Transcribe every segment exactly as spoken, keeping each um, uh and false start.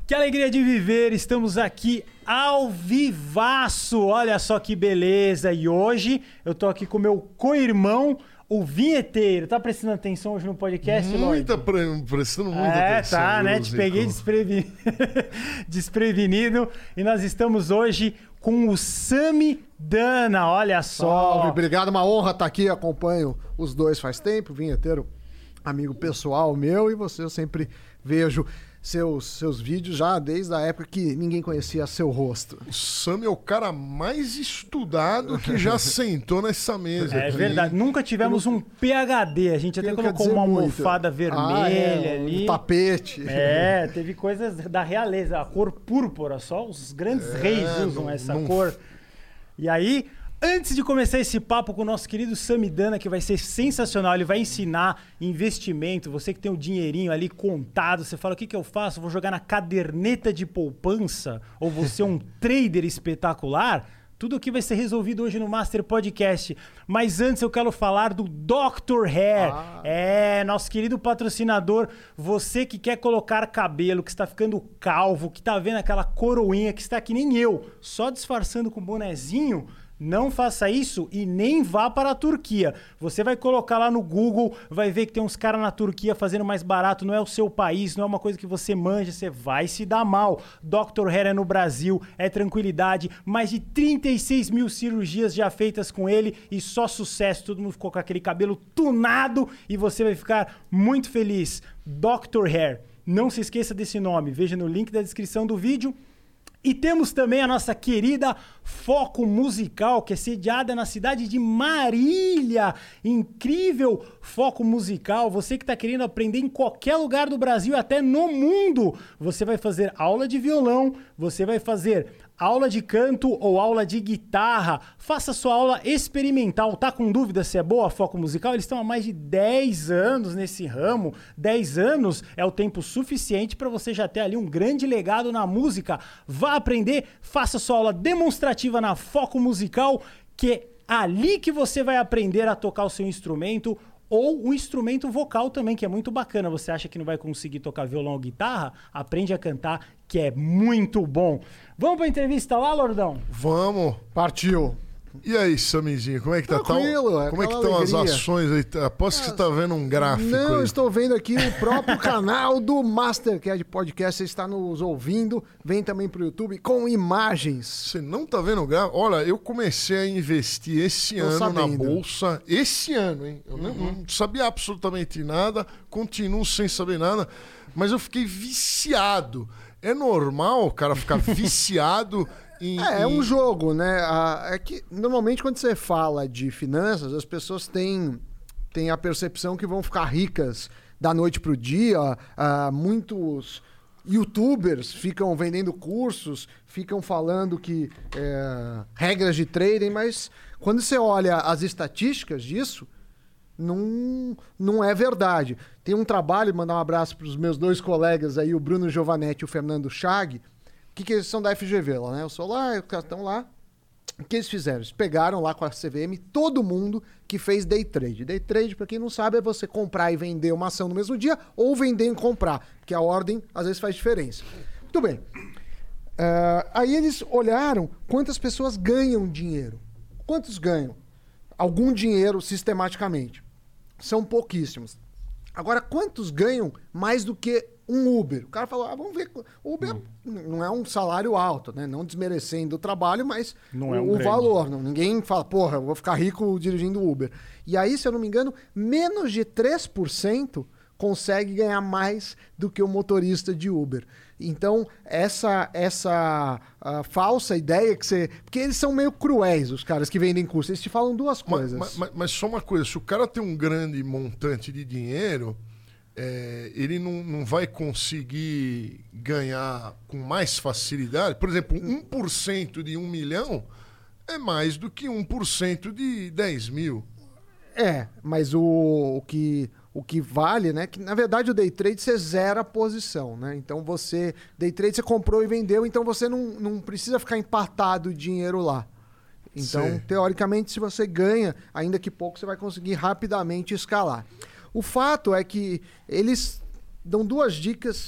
Que alegria de viver, estamos aqui ao vivaço, olha só que beleza. E hoje eu tô aqui com meu co-irmão, o vinheteiro. Tá prestando atenção hoje no podcast, Muita, pre... prestando muita é, atenção. É, tá, né? Te peguei desprevenido. desprevenido. E nós estamos hoje com o Samidana, olha só. Salve, obrigado, uma honra estar aqui, acompanho os dois faz tempo, vinheteiro, amigo pessoal meu, e você eu sempre vejo seus, seus vídeos já desde a época que ninguém conhecia seu rosto. O Sam é o cara mais estudado que já sentou nessa mesa. É aqui. verdade, nunca tivemos um P H D, a gente até colocou uma almofada muito. vermelha ah, é, ali. Um tapete. É, teve coisas da realeza, a cor púrpura, só os grandes é, reis usam não, essa não... cor. E aí, antes de começar esse papo com o nosso querido Samidana, que vai ser sensacional, ele vai ensinar investimento, você que tem o dinheirinho ali contado, você fala, o que, que eu faço? Vou jogar na caderneta de poupança? Ou vou ser um trader espetacular? Tudo aqui vai ser resolvido hoje no Master Podcast. Mas antes eu quero falar do doutor Hair. Ah. É, nosso querido patrocinador. Você que quer colocar cabelo, que está ficando calvo, que está vendo aquela coroinha, que está que nem eu, só disfarçando com bonezinho... Não faça isso e nem vá para a Turquia. Você vai colocar lá no Google, vai ver que tem uns caras na Turquia fazendo mais barato, não é o seu país, não é uma coisa que você manja, você vai se dar mal. doutor Hair é no Brasil, é tranquilidade, mais de trinta e seis mil cirurgias já feitas com ele e só sucesso, todo mundo ficou com aquele cabelo tunado e você vai ficar muito feliz. doutor Hair, não se esqueça desse nome, veja no link da descrição do vídeo. E temos também a nossa querida Foco Musical, que é sediada na cidade de Marília. Incrível Foco Musical. Você que está querendo aprender em qualquer lugar do Brasil, até no mundo. Você vai fazer aula de violão, você vai fazer aula de canto ou aula de guitarra. Faça sua aula experimental. Tá com dúvida se é boa a Foco Musical? Eles estão há mais de dez anos nesse ramo. dez anos é o tempo suficiente para você já ter ali um grande legado na música. Vá aprender, faça sua aula demonstrativa na Foco Musical, que é ali que você vai aprender a tocar o seu instrumento ou um instrumento vocal também, que é muito bacana. Você acha que não vai conseguir tocar violão ou guitarra? Aprende a cantar, que é muito bom. Vamos para a entrevista lá, Lordão? Vamos. Partiu. E aí, Samizinho, como é que tá? Tranquilo, tá? Como é que estão as ações aí? Aposto que você tá vendo um gráfico. Não, aí. estou vendo aqui o próprio canal do Mastercast Podcast. Você está nos ouvindo, vem também pro YouTube com imagens. Você não tá vendo o gráfico? Olha, eu comecei a investir esse Tô ano sabendo. na Bolsa. Esse ano, hein? Eu uhum. não, não sabia absolutamente nada, continuo sem saber nada, mas eu fiquei viciado. É normal o cara ficar viciado... Em, é, em... é um jogo, né? É que normalmente quando você fala de finanças, as pessoas têm, têm a percepção que vão ficar ricas da noite pro dia. Uh, muitos youtubers ficam vendendo cursos, ficam falando que é, regras de trading, mas quando você olha as estatísticas disso, não, não é verdade. Tem um trabalho, mandar um abraço para os meus dois colegas aí, o Bruno Giovanetti e o Fernando Chag. O que, que eles são da F G V lá, né? Eu sou lá, os caras estão lá. O que eles fizeram? Eles pegaram lá com a C V M todo mundo que fez day trade. Day trade, para quem não sabe, é você comprar e vender uma ação no mesmo dia ou vender e comprar, porque a ordem às vezes faz diferença. Muito bem. Uh, aí eles olharam quantas pessoas ganham dinheiro. Quantos ganham? Algum dinheiro sistematicamente. São pouquíssimos. Agora, quantos ganham mais do que um Uber? O cara falou, ah, vamos ver. O Uber hum. não é um salário alto, né? Não desmerecendo o trabalho, mas não o, é um o valor. Não, ninguém fala, porra, eu vou ficar rico dirigindo Uber. E aí, se eu não me engano, menos de três por cento consegue ganhar mais do que o motorista de Uber. Então, essa, essa uh, falsa ideia que você... Porque eles são meio cruéis, os caras que vendem curso. Eles te falam duas coisas. Mas, mas, mas só uma coisa, se o cara tem um grande montante de dinheiro... É, ele não, não vai conseguir ganhar com mais facilidade. Por exemplo, um por cento de um milhão é mais do que um por cento de dez mil. É, mas o, o, que, o que vale, né? Que na verdade o day trade você zera a posição, né? Então você, day trade você comprou e vendeu, então você não, não precisa ficar empatado o dinheiro lá. Então, Sim. teoricamente, se você ganha, ainda que pouco, você vai conseguir rapidamente escalar. O fato é que eles dão duas dicas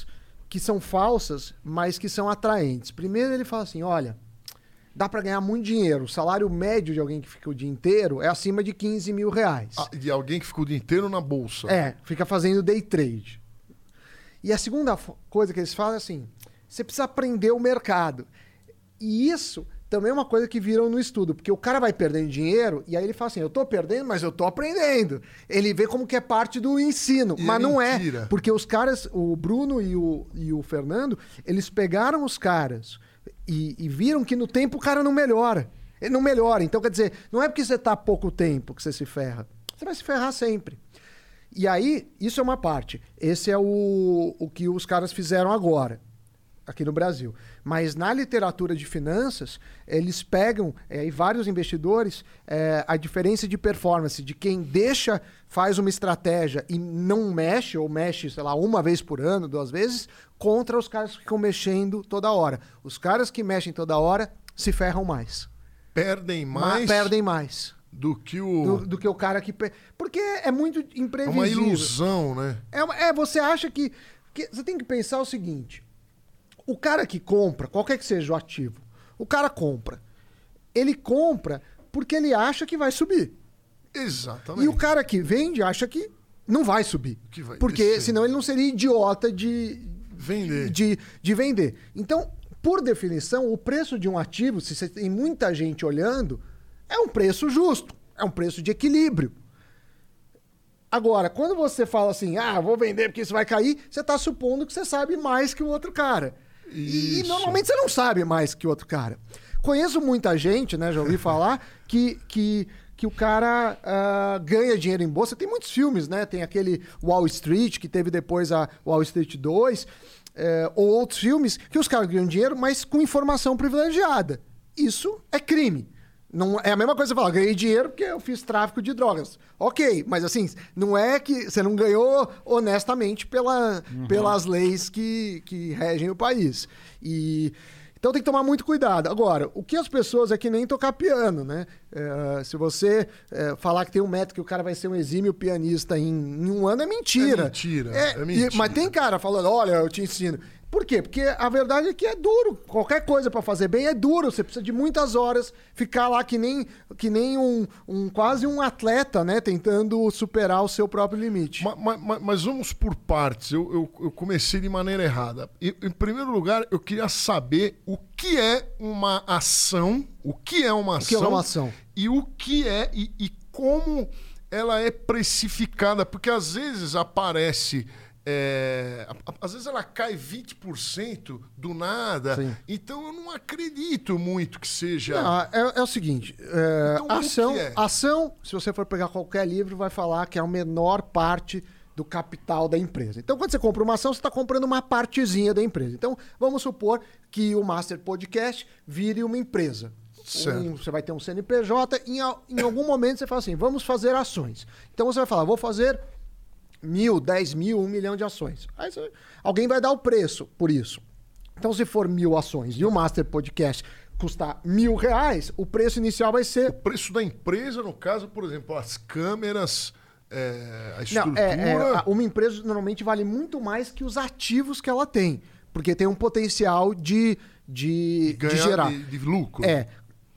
que são falsas, mas que são atraentes. Primeiro ele fala assim, olha, dá para ganhar muito dinheiro. O salário médio de alguém que fica o dia inteiro é acima de quinze mil reais. Ah, de alguém que ficou o dia inteiro na bolsa. É, fica fazendo day trade. E a segunda coisa que eles falam é assim, você precisa aprender o mercado. E isso também é uma coisa que viram no estudo, porque o cara vai perdendo dinheiro e aí ele fala assim, eu tô perdendo, mas eu tô aprendendo. Ele vê como que é parte do ensino, e mas é não mentira. é. Porque os caras, o Bruno e o, e o Fernando, eles pegaram os caras e, e viram que no tempo o cara não melhora. Ele não melhora. Então, quer dizer, não é porque você tá há pouco tempo que você se ferra. Você vai se ferrar sempre. E aí, isso é uma parte. Esse é o, o que os caras fizeram agora, aqui no Brasil. Mas na literatura de finanças, eles pegam, é, e vários investidores, é, a diferença de performance de quem deixa, faz uma estratégia e não mexe, ou mexe, sei lá, uma vez por ano, duas vezes, contra os caras que ficam mexendo toda hora. Os caras que mexem toda hora se ferram mais. Perdem mais? Ma- perdem mais. Do que o... Do, do que o cara que... Pe... Porque é muito imprevisível. É uma ilusão, né? É, é, você acha que, que... Você tem que pensar o seguinte. O cara que compra, qualquer que seja o ativo, o cara compra. Ele compra porque ele acha que vai subir. Exatamente. E o cara que vende acha que não vai subir. Que vai porque descer. senão ele não seria idiota de... Vender. De, de vender. Então, por definição, o preço de um ativo, se você tem muita gente olhando... É um preço justo, é um preço de equilíbrio. Agora, quando você fala assim, ah, vou vender porque isso vai cair, você está supondo que você sabe mais que o outro cara. E, e normalmente você não sabe mais que o outro cara. Conheço muita gente, né, já ouvi falar, que, que, que o cara uh, ganha dinheiro em bolsa. Tem muitos filmes, né? Tem aquele Wall Street, que teve depois a Wall Street dois, uh, ou outros filmes que os caras ganham dinheiro, mas com informação privilegiada. Isso é crime. Não, é a mesma coisa que você falar, ganhei dinheiro porque eu fiz tráfico de drogas. Ok, mas assim, não é que você não ganhou honestamente pela, uhum. pelas leis que, que regem o país. E, então tem que tomar muito cuidado. Agora, o que as pessoas é que nem tocar piano, né? É, se você é, falar que tem um método que o cara vai ser um exímio pianista em, em um ano, é mentira. É mentira, é, é mentira. E, mas tem cara falando, olha, eu te ensino. Por quê? Porque a verdade é que é duro. Qualquer coisa para fazer bem é duro. Você precisa de muitas horas, ficar lá que nem, que nem um, um quase um atleta, né? Tentando superar o seu próprio limite. Mas, mas, mas vamos por partes. Eu, eu, eu comecei de maneira errada. E, em primeiro lugar, eu queria saber o que é uma ação, o que é uma ação, o que é uma ação? E o que é e, e como ela é precificada. Porque às vezes aparece... É, às vezes ela cai vinte por cento do nada. Sim. Então eu não acredito muito que seja... Não, é, é o seguinte, é, então, ação, é? ação, se você for pegar qualquer livro, vai falar que é a menor parte do capital da empresa. Então quando você compra uma ação, você está comprando uma partezinha da empresa. Então vamos supor que o Master Podcast vire uma empresa. Um, você vai ter um C N P J, em, em algum momento você fala assim, vamos fazer ações. Então você vai falar, vou fazer... mil, dez mil, um milhão de ações. Aí você, alguém vai dar o preço por isso. Então, se for mil ações e o Master Podcast custar mil reais, o preço inicial vai ser... O preço da empresa, no caso, por exemplo, as câmeras, é, a estrutura... Não, é, é, uma empresa normalmente vale muito mais que os ativos que ela tem, porque tem um potencial de, de, de, de gerar. De, de lucro. É.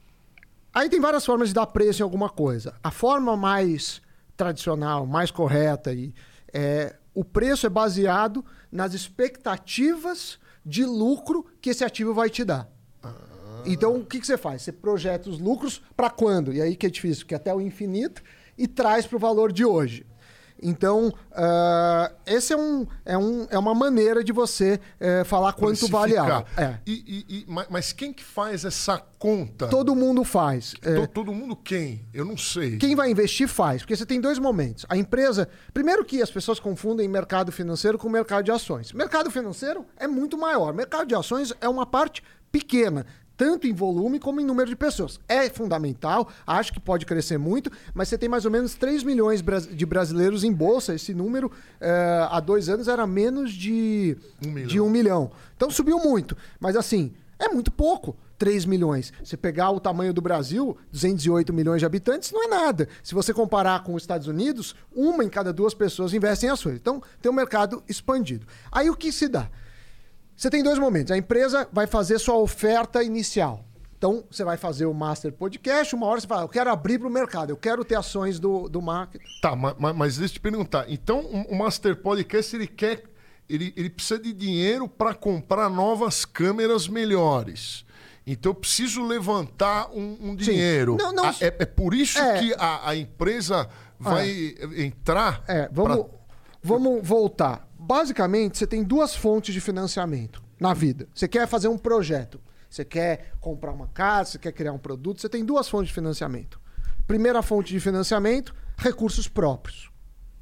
Aí tem várias formas de dar preço em alguma coisa. A forma mais tradicional, mais correta e É, o preço é baseado nas expectativas de lucro que esse ativo vai te dar. Ah. Então, o que, que você faz? Você projeta os lucros para quando? E aí que é difícil, que é até o infinito, e traz para o valor de hoje. Então, uh, esse é, um, é, um, é uma maneira de você uh, falar quanto vale algo. É. E, e, e, mas quem que faz essa conta? Todo mundo faz. To, é. Todo mundo quem? Eu não sei. Quem vai investir faz, porque você tem dois momentos. A empresa... Primeiro que as pessoas confundem mercado financeiro com mercado de ações. Mercado financeiro é muito maior. Mercado de ações é uma parte pequena, tanto em volume como em número de pessoas. É fundamental, acho que pode crescer muito, mas você tem mais ou menos três milhões de brasileiros em bolsa. Esse número, é, há dois anos, era menos de um milhão. de um milhão. Então subiu muito. Mas assim, é muito pouco, três milhões. Se pegar o tamanho do Brasil, duzentos e oito milhões de habitantes, não é nada. Se você comparar com os Estados Unidos, uma em cada duas pessoas investe em ações. Então tem um mercado expandido. Aí o que se dá? você tem dois momentos. A empresa vai fazer sua oferta inicial. Então, você vai fazer o Master Podcast, uma hora você fala, eu quero abrir para o mercado, eu quero ter ações do, do marketing. Tá, mas, mas deixa eu te perguntar. Então, o Master Podcast, ele quer... Ele, ele precisa de dinheiro para comprar novas câmeras melhores. Então, eu preciso levantar um, um dinheiro. Não, não... É, é por isso é... que a, a empresa vai é. entrar... É, vamos, pra... vamos voltar. Basicamente, você tem duas fontes de financiamento na vida. Você quer fazer um projeto. Você quer comprar uma casa, você quer criar um produto, você tem duas fontes de financiamento. Primeira fonte de financiamento, recursos próprios.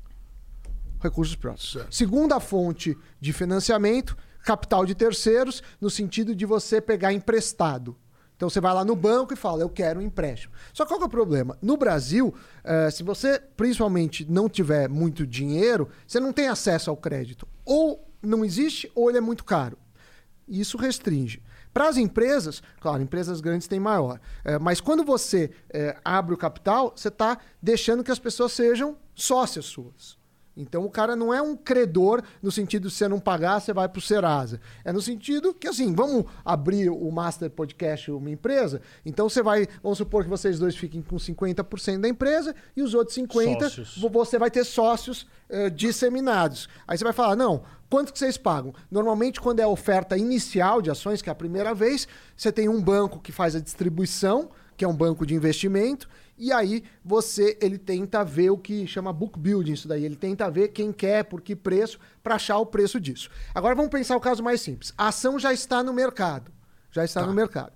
Recursos próprios. Certo. Segunda fonte de financiamento, capital de terceiros, no sentido de você pegar emprestado. Então você vai lá no banco e fala, eu quero um empréstimo. Só que qual que é o problema? No Brasil, eh, se você principalmente não tiver muito dinheiro, você não tem acesso ao crédito. Ou não existe, ou ele é muito caro. Isso restringe. Para as empresas, claro, empresas grandes têm maior. É, mas quando você é, abre o capital, você está deixando que as pessoas sejam sócias suas. Então o cara não é um credor no sentido de você não pagar, você vai para o Serasa. É no sentido que, assim, vamos abrir o Master Podcast uma empresa, então você vai, vamos supor que vocês dois fiquem com cinquenta por cento da empresa e os outros cinquenta por cento você vai ter sócios uh, disseminados. Aí você vai falar, não, quanto que vocês pagam? Normalmente, quando é a oferta inicial de ações, que é a primeira vez, você tem um banco que faz a distribuição, que é um banco de investimento, e aí você ele tenta ver o que chama book building, isso daí. Ele tenta ver quem quer, por que preço, para achar o preço disso. Agora vamos pensar o caso mais simples. A ação já está no mercado. Já está tá. no mercado.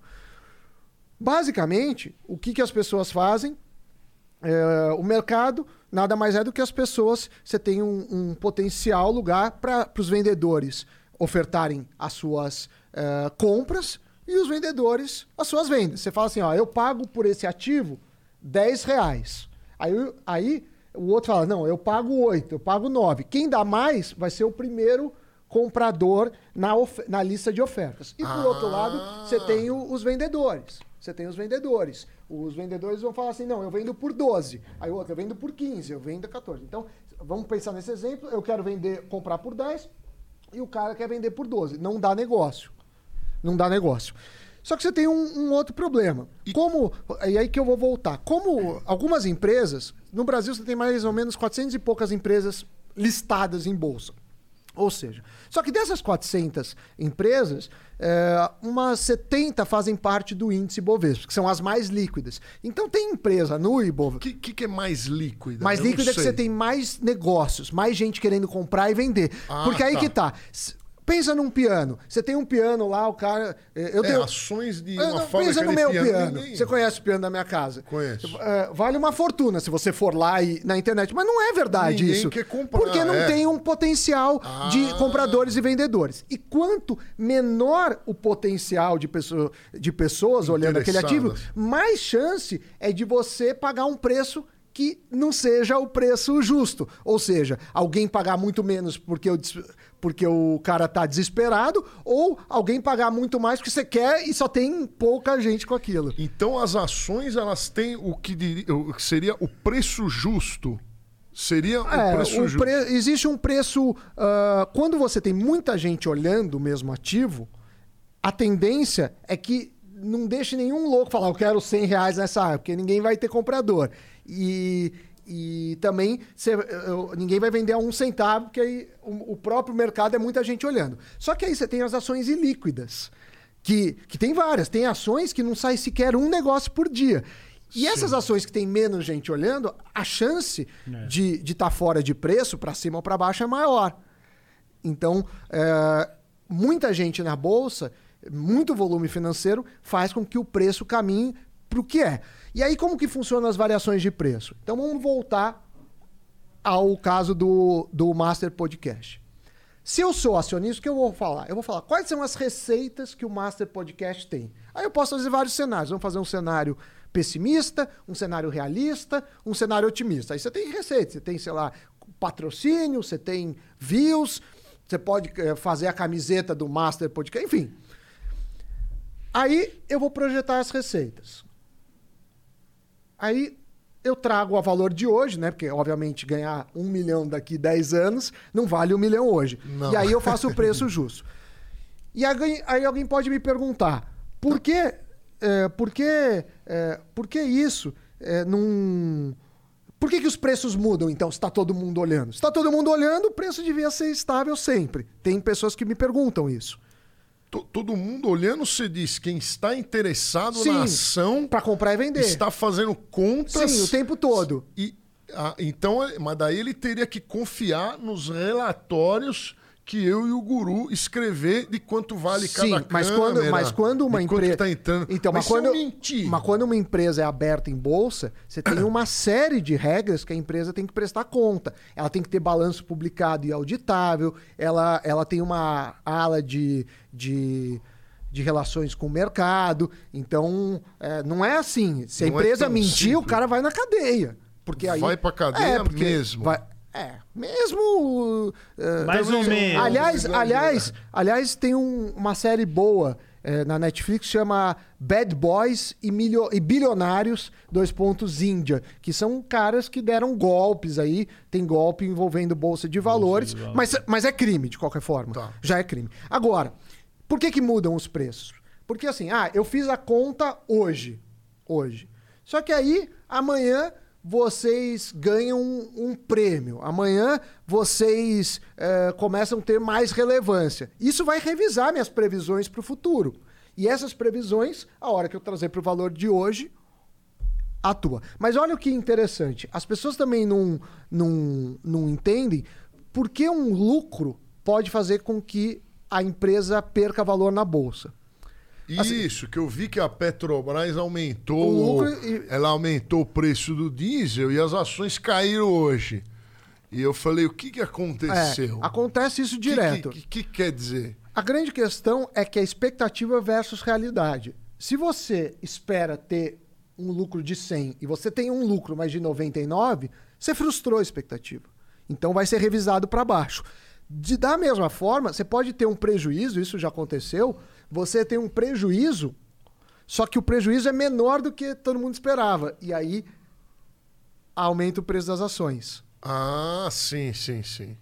Basicamente, o que, que as pessoas fazem? É, o mercado nada mais é do que as pessoas... Você tem um, um potencial lugar para os vendedores ofertarem as suas uh, compras e os vendedores as suas vendas. Você fala assim, ó, eu pago por esse ativo dez reais. Aí, aí o outro fala, não, eu pago oito, eu pago nove. Quem dá mais vai ser o primeiro comprador na, na lista de ofertas. E por ah. outro lado, você tem o, os vendedores. Você tem os vendedores. Os vendedores vão falar assim, não, eu vendo por doze. Aí o outro, eu vendo por quinze, eu vendo quatorze. Então, vamos pensar nesse exemplo. Eu quero vender, comprar por dez e o cara quer vender por doze. Não dá negócio. Não dá negócio. Só que você tem um, um outro problema. Como, e aí que eu vou voltar. Como algumas empresas, no Brasil você tem mais ou menos quatrocentas e poucas empresas listadas em bolsa. Ou seja, só que dessas quatrocentas empresas, é, umas setenta fazem parte do índice Bovespa, que são as mais líquidas. Então tem empresa no Ibovespa... O que, que, que é mais líquida? Mais eu líquida é que você tem mais negócios, mais gente querendo comprar e vender. Ah, Porque aí tá. que tá... Pensa num piano. Você tem um piano lá, o cara... Eu é, tenho... ações de eu, uma não, fábrica Pensa no meu piano. piano. Ninguém... Você conhece o piano da minha casa? Conheço. Uh, vale uma fortuna se você for lá e, na internet. Mas não é verdade ninguém isso. Quer comprar, porque não é. tem um potencial ah. de compradores e vendedores. E quanto menor o potencial de, pessoa, de pessoas olhando aquele ativo, mais chance é de você pagar um preço que não seja o preço justo. Ou seja, alguém pagar muito menos porque o, porque o cara tá desesperado, ou alguém pagar muito mais porque você quer e só tem pouca gente com aquilo. Então as ações, elas têm o que, diria, o que seria o preço justo. Seria é, o preço o justo. Pre... Existe um preço... Uh, quando você tem muita gente olhando o mesmo ativo, a tendência é que não deixe nenhum louco falar, eu quero cem reais nessa área, porque ninguém vai ter comprador. E, e também cê, eu, ninguém vai vender a um centavo, porque aí o, o próprio mercado é muita gente olhando. Só que aí você tem as ações ilíquidas, que, que tem várias. Tem ações que não sai sequer um negócio por dia. E Sim. essas ações que tem menos gente olhando, a chance é. de estar de tá fora de preço, para cima ou para baixo, é maior. Então, é, muita gente na Bolsa, muito volume financeiro, faz com que o preço caminhe para o que é. E aí, como que funcionam as variações de preço? Então, vamos voltar ao caso do, do Master Podcast. Se eu sou acionista, o que eu vou falar? Eu vou falar quais são as receitas que o Master Podcast tem. Aí eu posso fazer vários cenários. Vamos fazer um cenário pessimista, um cenário realista, um cenário otimista. Aí você tem receitas. Você tem, sei lá, patrocínio, você tem views, você pode fazer a camiseta do Master Podcast, enfim. Aí eu vou projetar as receitas. Aí eu trago a valor de hoje, né? Porque, obviamente, ganhar um milhão daqui a dez anos não vale um milhão hoje. Não. E aí eu faço o preço justo. E aí, aí alguém pode me perguntar, por que, é, por que, é, por que isso é, não... Por que, que os preços mudam, então, se está todo mundo olhando? Se está todo mundo olhando, o preço devia ser estável sempre. Tem pessoas que me perguntam isso. Todo mundo olhando, você diz, quem está interessado Sim, na ação... para comprar e vender. Está fazendo contas... Sim, o tempo todo. E, ah, então, mas daí ele teria que confiar nos relatórios que eu e o Guru escrever de quanto vale Sim, cada mas câmera, quando, mas quando uma empresa tá entrando. Então, mas, mas quando, se eu mentir. mas quando uma empresa é aberta em bolsa, você tem uma série de regras que a empresa tem que prestar conta. Ela tem que ter balanço publicado e auditável, ela, ela tem uma ala de, de, de relações com o mercado. Então, é, não é assim. Se a Não empresa é mentir, simples. o cara vai na cadeia. Porque aí, Vai pra cadeia é, porque mesmo. Vai, é, mesmo... uh, Mais ou menos. Aliás, aliás, aliás, tem um- uma série boa eh, na Netflix que chama Bad Boys e, Milio- e Bilionários, dois pontos Índia, que são caras que deram golpes aí, tem golpe envolvendo bolsa de valores, de valores. mas, mas é crime de qualquer forma, Tá. já é crime. Agora, por que que mudam os preços? Porque assim, ah, eu fiz a conta hoje, hoje, só que aí amanhã vocês ganham um, um prêmio. Amanhã vocês eh, começam a ter mais relevância. Isso vai revisar minhas previsões para o futuro. E essas previsões, a hora que eu trazer para o valor de hoje, atua. Mas olha o que interessante. As pessoas também não, não, não entendem por que um lucro pode fazer com que a empresa perca valor na bolsa. Isso, que eu vi que a Petrobras aumentou, O lucro e- ela aumentou o preço do diesel e as ações caíram hoje. E eu falei, o que, que aconteceu? É, acontece isso O direto. que, que, que quer dizer? A grande questão é que a expectativa versus realidade. Se você espera ter um lucro de cem e você tem um lucro mais de noventa e nove, você frustrou a expectativa. Então vai ser revisado para baixo. De, da mesma forma, você pode ter um prejuízo, isso já aconteceu, você tem um prejuízo, só que o prejuízo é menor do que todo mundo esperava. E aí aumenta o preço das ações. Ah, sim, sim, sim.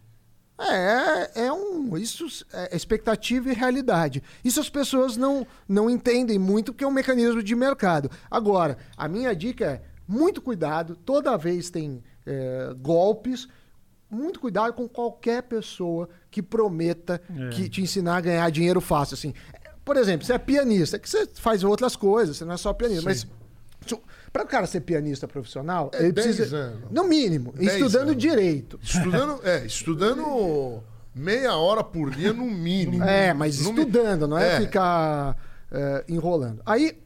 É, é um. Isso é expectativa e realidade. Isso as pessoas não, não entendem muito, porque é um mecanismo de mercado. Agora, a minha dica é muito cuidado, toda vez tem é, golpes, muito cuidado com qualquer pessoa que prometa É. que te ensinar a ganhar dinheiro fácil. Assim, por exemplo, você é pianista, que você faz outras coisas, você não é só pianista, Sim. mas para o cara ser pianista profissional, É ele dez precisa, anos. no mínimo, dez estudando anos. direito. Estudando, é, estudando meia hora por dia no mínimo. É, mas No mi- estudando, não é, É. ficar é, enrolando. Aí,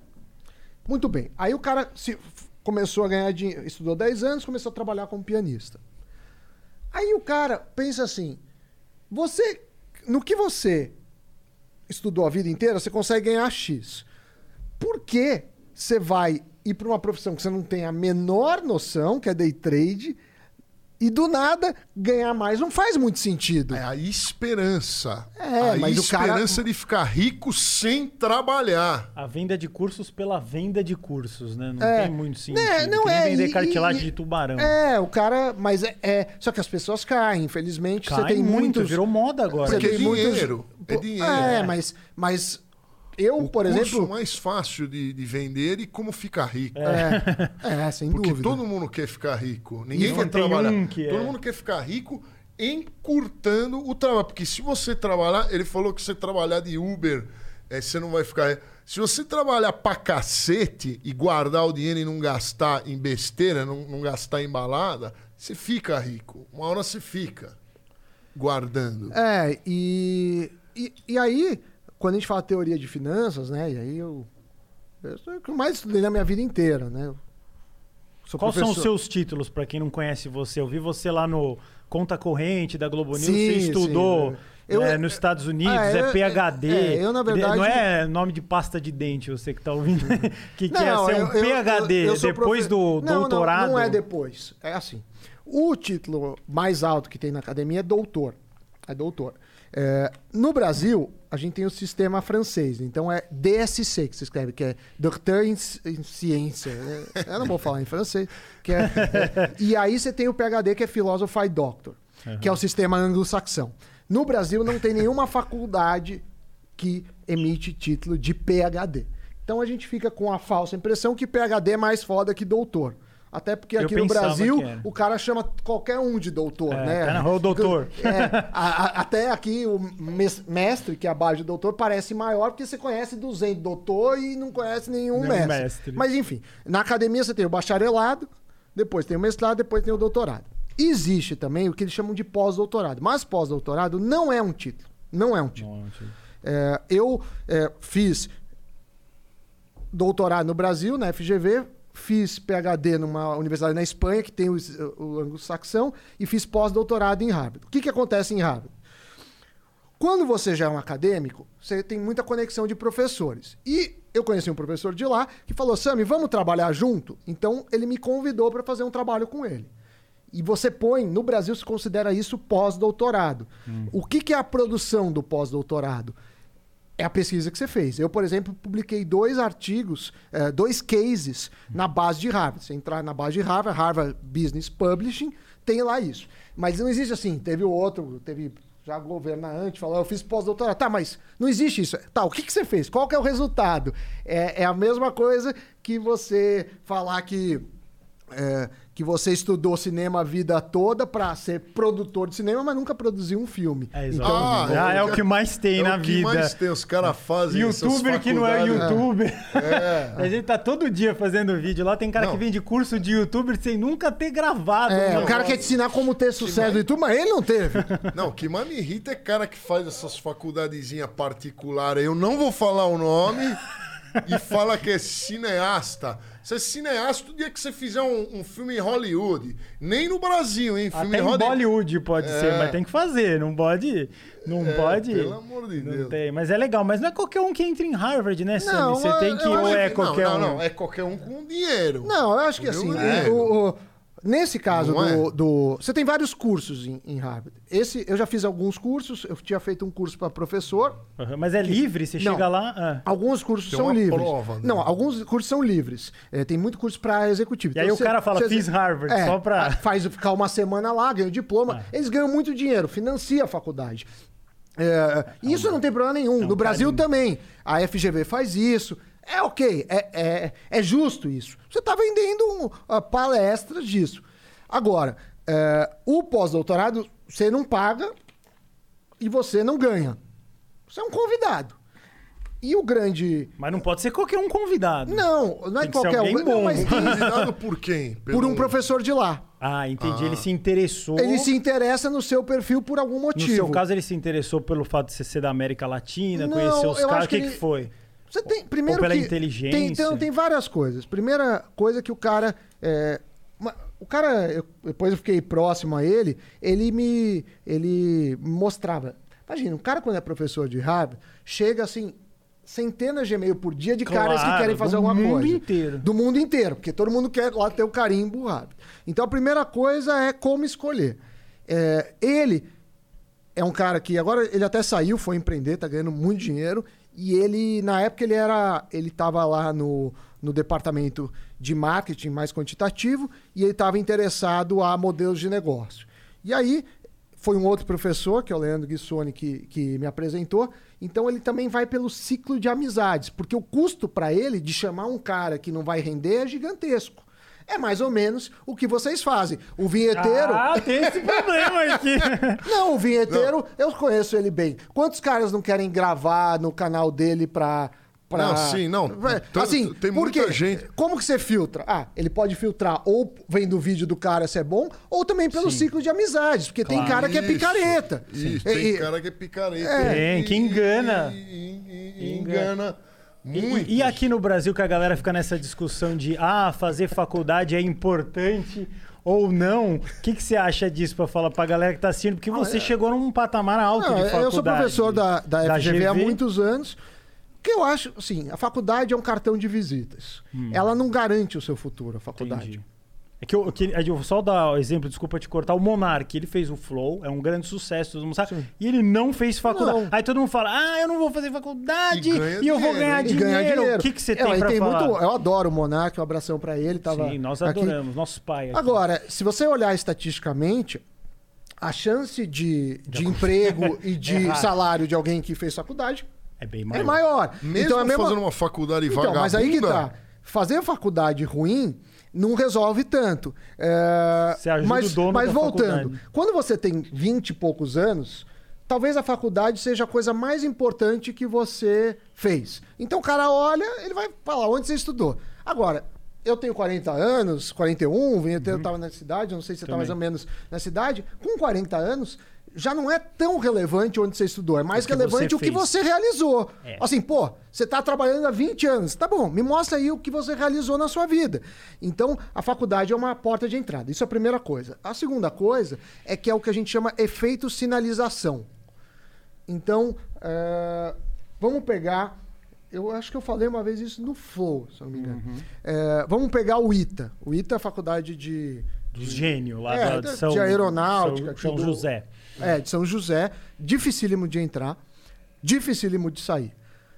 muito bem. Aí o cara se, começou a ganhar dinheiro, estudou dez anos, começou a trabalhar como pianista. Aí o cara pensa assim, você, no que você estudou a vida inteira, você consegue ganhar X. Por que você vai ir para uma profissão que você não tem a menor noção, que é day trade, e do nada ganhar mais? Não faz muito sentido. É a esperança. É, a mas o cara- esperança de ficar rico sem trabalhar. A venda de cursos pela venda de cursos, né? Não É. tem muito sentido. Né, não que nem é, vender e- cartilagem e- de tubarão. É, o cara. Mas é, é- Só que as pessoas caem, infelizmente. Cai você tem muito, muitos. virou moda agora. Você Porque é tem muitos- dinheiro. É dinheiro. É, mas, mas eu, O por curso exemplo. mais fácil de, de vender e como ficar rico. É, é, sem Porque dúvida. todo mundo quer ficar rico. Ninguém E quer tem trabalhar. um que Todo é- mundo quer ficar rico encurtando o trabalho. Porque se você trabalhar, ele falou que você trabalhar de Uber, é, você não vai ficar. Se você trabalhar pra cacete e guardar o dinheiro e não gastar em besteira, não, não gastar em balada, você fica rico. Uma hora você fica guardando. É, e, e, e aí, quando a gente fala teoria de finanças, né? E aí eu. eu sou o que eu mais estudei na minha vida inteira, né? Eu sou Quais são os professor- seus títulos, pra quem não conhece você? Eu vi você lá no Conta Corrente da Globo News, Sim, você estudou sim. Eu- né, nos Estados Unidos, Ah, é eu- P H D. é, eu, na verdade- Não é nome de pasta de dente, você que tá ouvindo. que quer Não, ser um eu- eu- P H D eu- eu sou depois profe- do Não, doutorado. Não, não é depois. É assim. O título mais alto que tem na academia é doutor. É doutor. É, no Brasil, a gente tem o sistema francês. Então é D S C que se escreve, que é Docteur em, em Ciência. É, eu não vou falar em francês. Que é, é, e aí você tem o P H D, que é Philosophy Doctor, que é o sistema anglo-saxão. No Brasil não tem nenhuma faculdade que emite título de P H D. Então a gente fica com a falsa impressão que P H D é mais foda que doutor. Até porque aqui no Brasil o cara chama qualquer um de doutor, é, né? Tá na rua, o doutor. É, a, a, até aqui o mestre, que é abaixo de doutor, parece maior porque você conhece duzentos doutor e não conhece nenhum, nenhum mestre. mestre. Mas enfim, na academia você tem o bacharelado, depois tem o mestrado, depois tem o doutorado. Existe também o que eles chamam de pós-doutorado. Mas pós-doutorado não é um título. Não é um título. Não, título. É, eu é, fiz doutorado no Brasil, na F G V, fiz P H D numa universidade na Espanha, que tem o, o anglo-saxão, e fiz pós-doutorado em Harvard. O que, que acontece em Harvard? Quando você já é um acadêmico, você tem muita conexão de professores. E eu conheci um professor de lá que falou, Sami, vamos trabalhar junto? Então, ele me convidou para fazer um trabalho com ele. E você põe, no Brasil se considera isso pós-doutorado. Hum. O que, que é a produção do pós-doutorado? É a pesquisa que você fez. Eu, por exemplo, publiquei dois artigos, eh, dois cases na base de Harvard. Você entrar na base de Harvard, Harvard Business Publishing, tem lá isso. Mas não existe assim. Teve o outro, teve já governante, falou, eu fiz pós-doutorado. Tá, mas não existe isso. Tá, o que, que você fez? Qual que é o resultado? É, é a mesma coisa que você falar que... É, que você estudou cinema a vida toda para ser produtor de cinema, mas nunca produziu um filme. É, então, ah, ah, é, é o que mais tem é na vida. É o que mais tem, os caras fazem youtuber que não é youtuber. É. A gente tá todo dia fazendo vídeo lá, tem cara não. que vem de curso de youtuber sem nunca ter gravado. É, não, o cara quer te ensinar como ter sucesso mais... no YouTube, mas ele não teve. Não, o que mais me irrita é cara que faz essas faculdadezinhas particulares. Eu não vou falar o nome... E fala que é cineasta. Você é cineasta do dia que você fizer um, um filme em Hollywood. Nem no Brasil, hein? Filme Até em Hollywood. Bollywood pode é. ser, mas tem que fazer. Não pode... Não é, pode... Pelo amor de não Deus. Tem. Mas é legal. Mas não é qualquer um que entra em Harvard, né, Sami? Você tem que... Ou é que, qualquer não, um? Não, não. É qualquer um com dinheiro. Não, eu acho que assim... É. O, o, nesse caso do, é. do... Você tem vários cursos em, em Harvard. Esse, eu já fiz alguns cursos. Eu tinha feito um curso para professor. Uhum, mas é que, livre? Você não, chega lá... Ah. Alguns cursos tem são livres. Prova, né? Não, alguns cursos são livres. É, tem muito curso para executivo. E então, aí você, o cara fala, você, fiz Harvard, é, só para... Faz ficar uma semana lá, ganha o diploma. Ah. Eles ganham muito dinheiro, financia a faculdade. É, e isso não tem problema nenhum. É um no Brasil carinho. Também. A F G V faz isso. É ok, é, é, é justo isso. Você está vendendo um, uh, palestras disso. Agora, é, o pós-doutorado, você não paga e você não ganha. Você é um convidado. E o grande... Mas não pode ser qualquer um convidado. Não, não é tem qualquer um. Bom. Não, mas convidado por quem? Pelo... Por um professor de lá. Ah, entendi. Ah. Ele se interessou... Ele se interessa no seu perfil por algum motivo. No seu caso, ele se interessou pelo fato de você ser da América Latina, não, conhecer os caras. O que, que, ele... que foi? Você tem, primeiro Ou pela que inteligência? Tem, então, tem várias coisas. Primeira coisa que o cara... É... O cara, eu, depois eu fiquei próximo a ele, ele me ele mostrava. Imagina, um cara quando é professor de Harvard, chega assim, centenas de e-mail por dia de claro, caras que querem fazer alguma coisa. Do mundo inteiro. Do mundo inteiro, porque todo mundo quer lá ter o carimbo Harvard. Então a primeira coisa é como escolher. É, ele é um cara que agora ele até saiu, foi empreender, tá ganhando muito dinheiro. E ele, na época, ele era. Ele estava lá no, no departamento de marketing mais quantitativo e ele estava interessado a modelos de negócio. E aí, foi um outro professor, que é o Leandro Guissoni, que, que me apresentou. Então, ele também vai pelo ciclo de amizades, porque o custo para ele de chamar um cara que não vai render é gigantesco. É mais ou menos o que vocês fazem. O vinheteiro... Ah, tem esse problema aqui. Não, o vinheteiro, não. Eu conheço ele bem. Quantos caras não querem gravar no canal dele pra... pra... Não, sim, não. Assim, tem muita porque, gente... Como que você filtra? Ah, ele pode filtrar ou vendo o vídeo do cara se é bom, ou também pelo sim. ciclo de amizades. Porque claro. Tem cara que é picareta. Isso, isso. tem e, cara que é picareta. É. Tem, que engana. E, e, e, engana... E, e aqui no Brasil que a galera fica nessa discussão de ah, fazer faculdade é importante ou não. O que, que você acha disso para falar pra galera que tá assistindo? Porque você ah, é... chegou num patamar alto não, de faculdade. Eu sou professor da, da, da F G V, G V há muitos anos. Que eu acho, assim, a faculdade é um cartão de visitas. Hum. Ela não garante o seu futuro, a faculdade. Entendi. É que eu, que, eu só dar o exemplo, desculpa te cortar, o Monark, ele fez o Flow, é um grande sucesso, todo mundo sabe, Sim. e ele não fez faculdade. Não. Aí todo mundo fala, ah, eu não vou fazer faculdade e, e eu vou ganhar dinheiro. dinheiro. O que, que você tem é, pra tem falar? Muito, eu adoro o Monark, um abração pra ele. Tava Sim, nós adoramos, aqui. Nossos pais. Aqui. Agora, se você olhar estatisticamente, a chance de, de emprego e de é salário de alguém que fez faculdade É bem maior. É maior. Mesmo então, a mesma... fazendo uma faculdade então, vagabunda... Mas aí que tá. Fazer faculdade ruim não resolve tanto. É... Você ajuda mas, o dono mas da voltando, faculdade. Quando você tem vinte e poucos anos, talvez a faculdade seja a coisa mais importante que você fez. Então o cara olha, ele vai falar onde você estudou. Agora, eu tenho quarenta anos, quarenta e um, eu estava na cidade, não sei se você está mais ou menos na cidade. Com quarenta anos, já não é tão relevante onde você estudou. É mais o que relevante você o que fez. você realizou. É. Assim, pô, você está trabalhando há vinte anos. Tá bom, me mostra aí o que você realizou na sua vida. Então, a faculdade é uma porta de entrada. Isso é a primeira coisa. A segunda coisa é que é o que a gente chama efeito sinalização. Então, é, vamos pegar... Eu acho que eu falei uma vez isso no Flow, se eu não me engano. Uhum. É, vamos pegar o ITA. O ITA é a faculdade de... Dos gênios lá é, de São... de aeronáutica. São, São do, José. É, de São José. Dificílimo de entrar. Dificílimo de sair.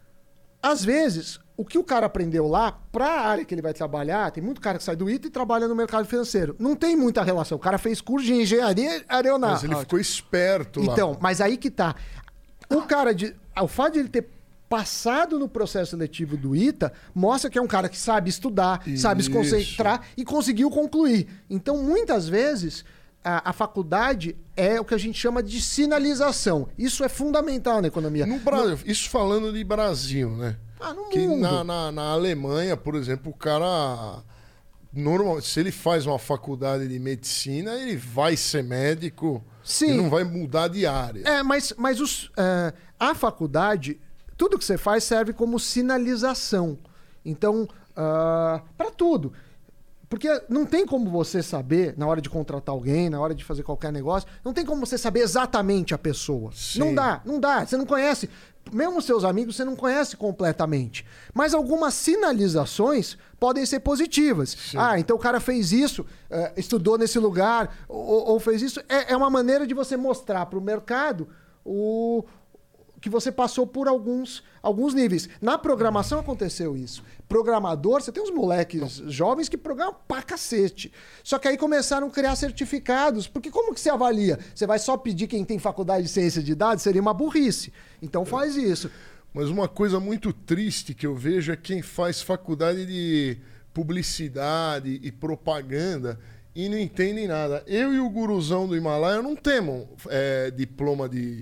Às vezes, o que o cara aprendeu lá, para a área que ele vai trabalhar, tem muito cara que sai do ITA e trabalha no mercado financeiro. Não tem muita relação. O cara fez curso de engenharia aeronáutica. Mas ele ficou esperto lá. Então, mas aí que tá. O cara de... O fato de ele ter passado no processo seletivo do ITA mostra que é um cara que sabe estudar, Isso. sabe se concentrar e conseguiu concluir. Então, muitas vezes, a, a faculdade é o que a gente chama de sinalização. Isso é fundamental na economia. No Brasil, no... Isso falando de Brasil, né? Ah, no que mundo. Na, na, na Alemanha, por exemplo, o cara... Normal, se ele faz uma faculdade de medicina, ele vai ser médico Sim. e não vai mudar de área. É, mas, mas os, uh, a faculdade... Tudo que você faz serve como sinalização. Então, uh, para tudo. Porque não tem como você saber, na hora de contratar alguém, na hora de fazer qualquer negócio, não tem como você saber exatamente a pessoa. Sim. Não dá, não dá. Você não conhece. Mesmo seus amigos, você não conhece completamente. Mas algumas sinalizações podem ser positivas. Sim. Ah, então o cara fez isso, uh, estudou nesse lugar, ou, ou fez isso. É, é uma maneira de você mostrar para o mercado o... que você passou por alguns, alguns níveis. Na programação aconteceu isso. Programador, você tem uns moleques Não. jovens que programam pra cacete. Só que aí começaram a criar certificados. Porque como que você avalia? Você vai só pedir quem tem faculdade de ciência de dados? Seria uma burrice. Então faz isso. Mas uma coisa muito triste que eu vejo é quem faz faculdade de publicidade e propaganda e não entendem nada. Eu e o guruzão do Himalaia não temos é, diploma de...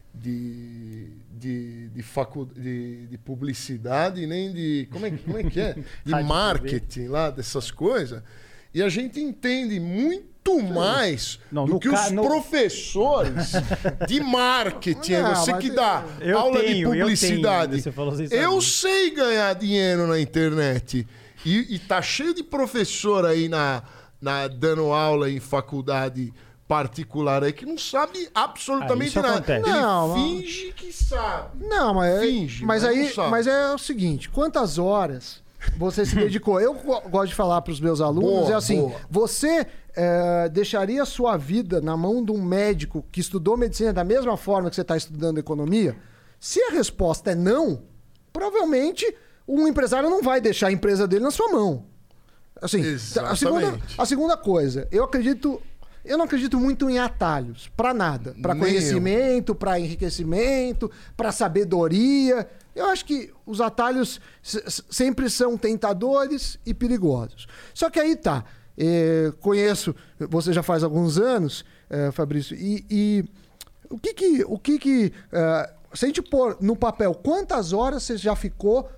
De, de, de, facu, de, de publicidade, nem de. Como é, como é que é? De marketing lá, dessas coisas. E a gente entende muito mais Não, do que ca... os no... professores de marketing. Não, é você que dá eu aula tenho, de publicidade. Eu, tenho, assim, eu sei ganhar dinheiro na internet. E, e tá cheio de professor aí na, na, dando aula em faculdade particular aí que não sabe absolutamente ah, nada. Acontece. Ele não, finge que sabe. Não, mas, finge, mas, mas aí, mas é o seguinte, quantas horas você se dedicou? Eu gosto de falar para os meus alunos, boa, é assim, boa. você é, deixaria a sua vida na mão de um médico que estudou medicina da mesma forma que você está estudando economia? Se a resposta é não, provavelmente um empresário não vai deixar a empresa dele na sua mão. Assim, a segunda, a segunda coisa, eu acredito... Eu não acredito muito em atalhos, para nada. Para conhecimento, para enriquecimento, para sabedoria. Eu acho que os atalhos sempre são tentadores e perigosos. Só que aí tá. É, conheço, você já faz alguns anos, é, Fabrício, e, e o que que... O que, que é, se a gente pôr no papel quantas horas você já ficou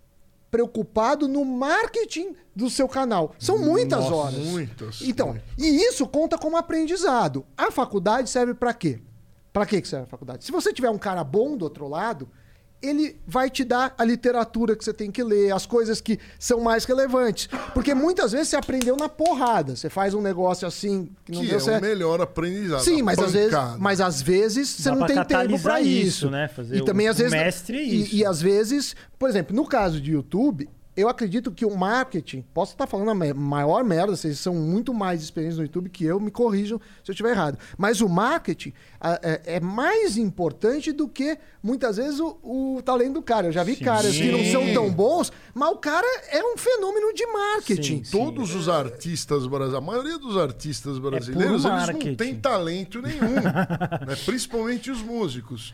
preocupado no marketing do seu canal. São muitas Nossa, horas. Muitas. Então, muitas. E isso conta como aprendizado. A faculdade serve para quê? Para que serve a faculdade? Se você tiver um cara bom do outro lado, ele vai te dar a literatura que você tem que ler, as coisas que são mais relevantes. Porque muitas vezes você aprendeu na porrada. Você faz um negócio assim... Que não que deu é certo. O melhor aprendizado. Sim, mas às, vezes, mas às vezes você Dá não tem tempo para isso. isso, né? Fazer e também, o, às vezes, mestre e, isso. E às vezes, por exemplo, no caso de YouTube... Eu acredito que o marketing... Posso estar falando a maior merda, vocês são muito mais experientes no YouTube que eu, me corrijam se eu estiver errado. Mas o marketing é, é mais importante do que, muitas vezes, o, o talento do cara. Eu já vi sim. caras que não são tão bons, mas o cara é um fenômeno de marketing. Sim, sim. Todos os artistas brasileiros, a maioria dos artistas brasileiros, é eles não têm talento nenhum. Né? Principalmente os músicos.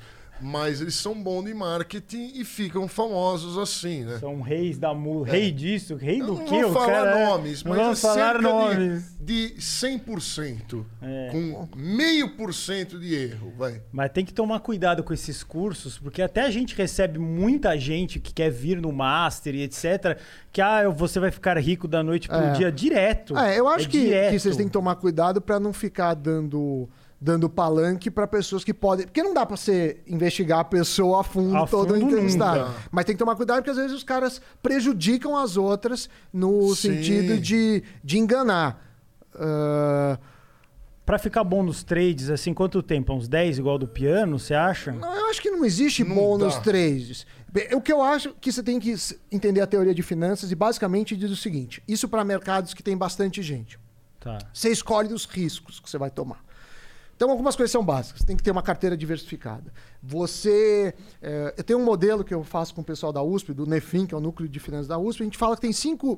mas eles são bons de marketing e ficam famosos assim, né? São reis da música. É. Rei disso? Rei do não quê? Vou o falar cara nomes, é... mas não é vamos falar cerca nomes. De, de cem por cento. É. Com meio por cento de erro, vai. Mas tem que tomar cuidado com esses cursos, porque até a gente recebe muita gente que quer vir no Master e etcétera, que ah, você vai ficar rico da noite pro É. dia direto. É, eu acho é que, direto. que vocês têm que tomar cuidado para não ficar dando... dando palanque para pessoas que podem... Porque não dá para você investigar a pessoa a fundo, A todo fundo entrevistado. nunca. Mas tem que tomar cuidado porque às vezes os caras prejudicam as outras no Sim. sentido de, de enganar. Uh, Pra ficar bom nos trades, assim, quanto tempo? Uns dez igual do piano, você acha? Não, eu acho que não existe Não bom dá. nos trades. Bem, o que eu acho que você tem que s- entender a teoria de finanças e basicamente diz o seguinte: isso para mercados que tem bastante gente. Tá. Você escolhe os riscos que você vai tomar. Então, algumas coisas são básicas. Você tem que ter uma carteira diversificada. Você... é, eu tenho um modelo que eu faço com o pessoal da U S P, do Nefin, que é o Núcleo de Finanças da U S P. A gente fala que tem cinco,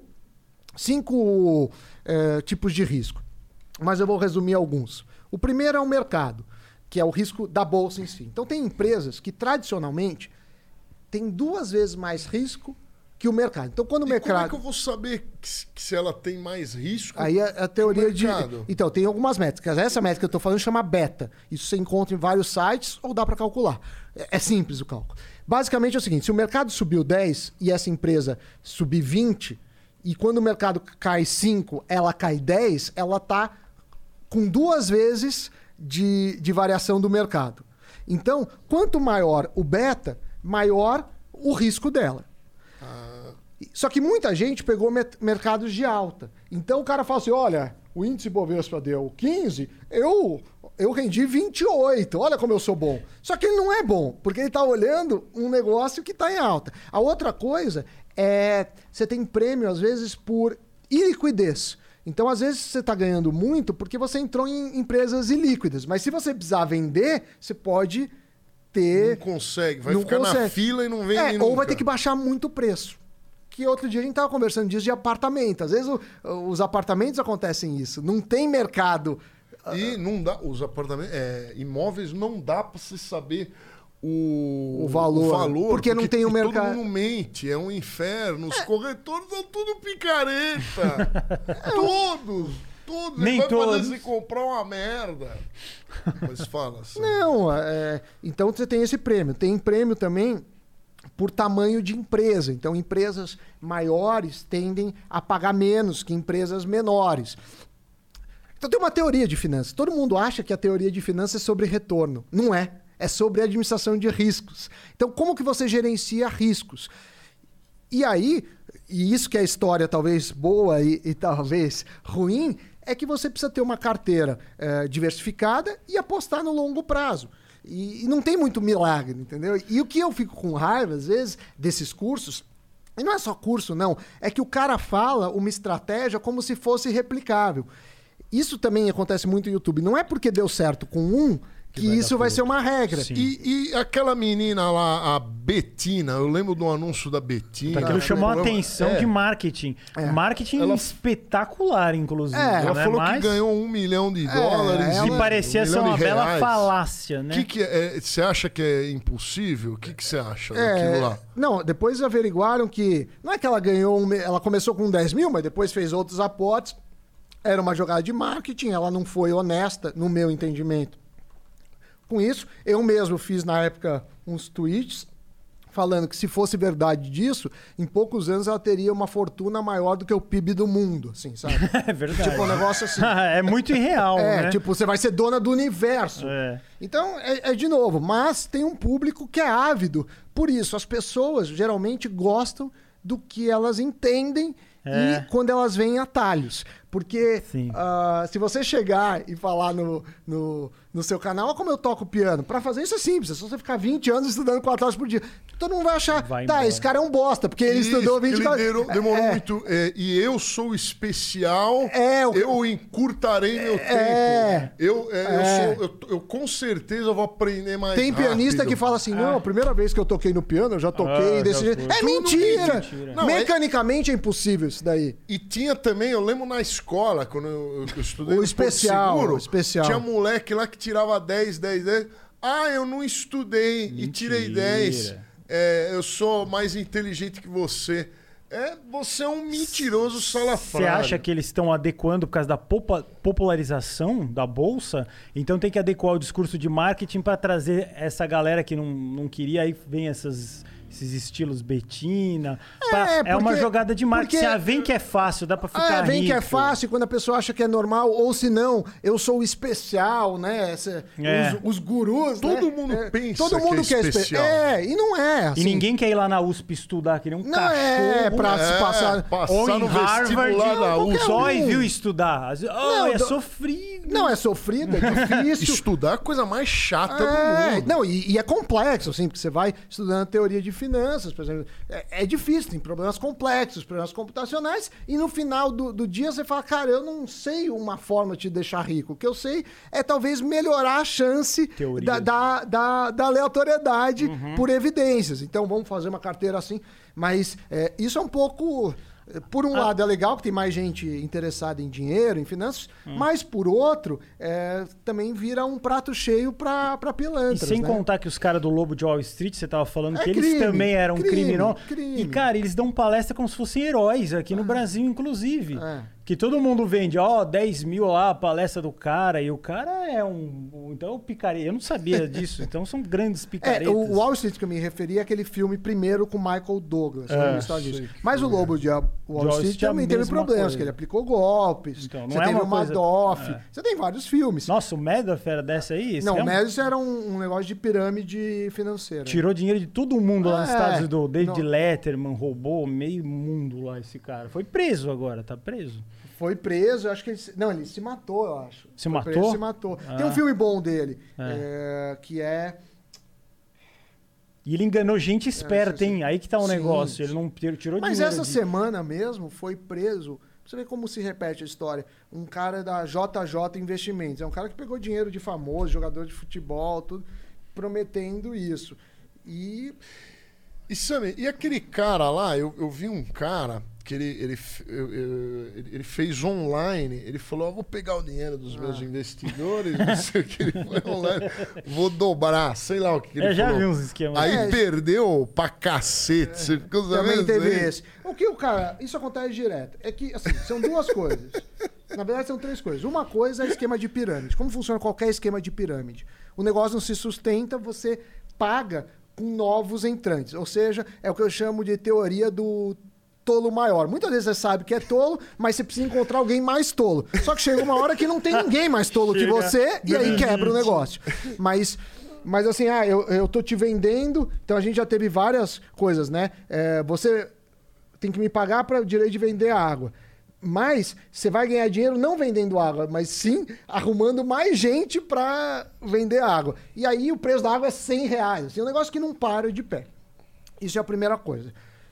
cinco é, tipos de risco. Mas eu vou resumir alguns. O primeiro é o mercado, que é o risco da bolsa em si. Então, tem empresas que, tradicionalmente, têm duas vezes mais risco que o mercado. Então, quando o E mercado... como é que eu vou saber que, se- que se ela tem mais risco? Aí a, a teoria de. mercado? Então, tem algumas métricas. Essa métrica que eu estou falando chama beta. Isso você encontra em vários sites ou dá para calcular. É, é simples o cálculo. Basicamente é o seguinte: se o mercado subiu dez e essa empresa subir vinte, e quando o mercado cai cinco, ela cai dez, ela está com duas vezes de, de variação do mercado. Então, quanto maior o beta, maior o risco dela. Só que muita gente pegou met- mercados de alta. Então o cara fala assim: olha, o índice Bovespa deu quinze, eu, eu rendi vinte e oito. Olha como eu sou bom. Só que ele não é bom, porque ele está olhando um negócio que está em alta. A outra coisa é você tem prêmio, às vezes, por iliquidez. Então, às vezes, você está ganhando muito porque você entrou em empresas ilíquidas. Mas se você precisar vender, você pode ter. Não consegue, vai Não ficar na consegue. fila e não vende É, nunca. ou vai ter que baixar muito o preço. Que outro dia a gente estava conversando disso de apartamento. Às vezes o- os apartamentos acontecem isso. Não tem mercado. E não dá, os apartamentos, é, imóveis não dá para se saber o, O valor, o valor, porque não tem o mercado. Todo mundo mente, é um inferno. Os corretores são tudo picareta. todos, todos. Nem Ele vai todos. fazer você comprar uma merda. Mas fala assim. Não, é, então você tem esse prêmio. Tem prêmio também por tamanho de empresa. Então, empresas maiores tendem a pagar menos que empresas menores. Então, tem uma teoria de finanças. Todo mundo acha que a teoria de finanças é sobre retorno. Não é. É sobre administração de riscos. Então, como que você gerencia riscos? E aí, e isso que é a história talvez boa e, e talvez ruim, é que você precisa ter uma carteira eh, diversificada e apostar no longo prazo. E, e não tem muito milagre, entendeu? E o que eu fico com raiva, às vezes, desses cursos, e não é só curso, não, é que o cara fala uma estratégia como se fosse replicável. Isso também acontece muito no YouTube. Não é porque deu certo com um que, Que vai isso dar vai tudo. ser uma regra. Sim. E, e aquela menina lá, a Betina, eu lembro do anúncio da Betina. Aquilo chamou a Ela- atenção é, de marketing. É. Marketing Ela- espetacular, inclusive. É, Ela né? falou Mas- que ganhou um milhão de dólares. ela- E Ela- parecia um ser milhão uma de bela reais. falácia, né? Que que é, você acha que é impossível? O que, que você acha É, daquilo lá? não, depois averiguaram que não é que ela ganhou, um, ela começou com dez mil, mas depois fez outros aportes. Era uma jogada de marketing, ela não foi honesta, no meu entendimento. Com isso, eu mesmo fiz na época uns tweets falando que se fosse verdade disso, em poucos anos ela teria uma fortuna maior do que o P I B do mundo, assim, sabe? É verdade. Tipo um negócio assim. é muito irreal, É, né? tipo, você vai ser dona do universo. É. Então, é, é de novo, mas tem um público que é ávido. Por isso, as pessoas geralmente gostam do que elas entendem É. e quando elas veem atalhos. Porque Sim. ah, se você chegar e falar no, no, no seu canal, olha como eu toco piano. Pra fazer isso é simples, é só você ficar vinte anos estudando quatro horas por dia. Todo mundo vai achar, Vai tá, embora. esse cara é um bosta, porque ele Isso, estudou vinte ele horas. dero- demorou É, muito. é, e eu sou especial, É, o- eu encurtarei meu É. tempo. Eu, é, eu, É. sou, eu, eu com certeza vou aprender mais Tem pianista rápido. que fala assim, não, a primeira vez que eu toquei no piano, eu já toquei Ah, desse já jeito. foi. É Tudo mentira! mentira. Não, é- Mecanicamente é impossível isso daí. E tinha também, eu lembro na escola, quando eu, eu estudei O no especial, Porto Seguro, o especial. tinha moleque lá que tirava dez, dez, dez. Ah, eu não estudei Mentira. e tirei dez. É, eu sou mais inteligente que você. É, você é um mentiroso salafrário. Você acha que eles estão adequando por causa da popa- popularização da Bolsa? Então tem que adequar o discurso de marketing para trazer essa galera que não, não queria, aí vem essas... esses estilos Betina. É, pra, porque, é uma jogada de marketing. Porque, ah, vem que é fácil, dá pra ficar ah, vem rico. que é fácil, quando a pessoa acha que é normal, ou se não, eu sou o especial, né? Essa, é. os, os gurus, Todo né? mundo é, pensa todo mundo que é quer especial. É, e não é. Assim. E ninguém quer ir lá na U S P estudar, que nem um não cachorro. É, pra é, se passar... passar ou em no Harvard, da U S P. Só e viu estudar. Oh, não, é do... sofrido. Não, é sofrido, é difícil. Estudar é a coisa mais chata é, do mundo. Não, e, e é complexo, assim, porque você vai estudando teoria de finanças, por exemplo. É, é difícil, tem problemas complexos, problemas computacionais, e no final do, do dia você fala, cara, eu não sei uma forma de te deixar rico. O que eu sei é talvez melhorar a chance da, da, da, da aleatoriedade uhum. por evidências. Então vamos fazer uma carteira assim. Mas é, isso é um pouco... Por um ah. lado é legal que tem mais gente interessada em dinheiro, em finanças, hum. mas por outro, é, também vira um prato cheio para pilantras. E sem né? contar que os caras do Lobo de Wall Street, você tava falando é que crime, eles também eram crime, criminosos. Crime. E, cara, eles dão palestra como se fossem heróis aqui no ah. Brasil, inclusive. É. Que todo mundo vende, ó, oh, dez mil lá, a palestra do cara, e o cara é um... Então, o picareta. Eu não sabia disso, então são grandes picaretas. É, o Wall Street que eu me referi é aquele filme primeiro com Michael Douglas, é, disso. Mas o Lobo de Wall, Wall Street também teve problemas, coisa. que ele aplicou golpes, então, não você é teve o Madoff, coisa... é. você tem vários filmes. Nossa, o Madoff era dessa aí? Não, é o Madoff era um, um negócio de pirâmide financeira. Tirou dinheiro de todo mundo lá é, nos Estados Unidos. David não. Letterman roubou meio mundo lá, esse cara. Foi preso agora, tá preso. Foi preso, eu acho que ele... Não, ele se matou, eu acho. Se Foi matou? Preso, se matou. Ah. Tem um filme bom dele, é. É, que é... E ele enganou gente esperta, é, hein? Aí que tá o um sim, negócio. sim. Ele não tirou Mas dinheiro. essa de... semana mesmo foi preso... Você vê como se repete a história. Um cara da J J Investimentos. É um cara que pegou dinheiro de famoso, jogador de futebol, tudo, prometendo isso. E... E, Sammy, e aquele cara lá, eu, eu vi um cara... que ele, ele, eu, eu, ele fez online, ele falou, oh, vou pegar o dinheiro dos ah. meus investidores, não sei o que, ele foi online, vou dobrar, sei lá o que, que ele eu falou. Já vi uns esquemas. Aí é, perdeu pra cacete. É. Você ficou Também teve aí? esse. O que o cara, isso acontece direto, é que, assim, são duas coisas. Na verdade, são três coisas. Uma coisa é esquema de pirâmide. Como funciona qualquer esquema de pirâmide? O negócio não se sustenta, você paga com novos entrantes. Ou seja, é o que eu chamo de teoria do tolo maior. Muitas vezes você sabe que é tolo, mas você precisa encontrar alguém mais tolo. Só que chega uma hora que não tem ninguém mais tolo que você e aí quebra o negócio. Mas, mas assim, ah, eu, eu tô te vendendo, então a gente já teve várias coisas, né? É, você tem que me pagar para o direito de vender água. Mas você vai ganhar dinheiro não vendendo água, mas sim arrumando mais gente para vender água. E aí o preço da água é cem reais. Assim, é um negócio que não para de pé. Isso é a primeira coisa.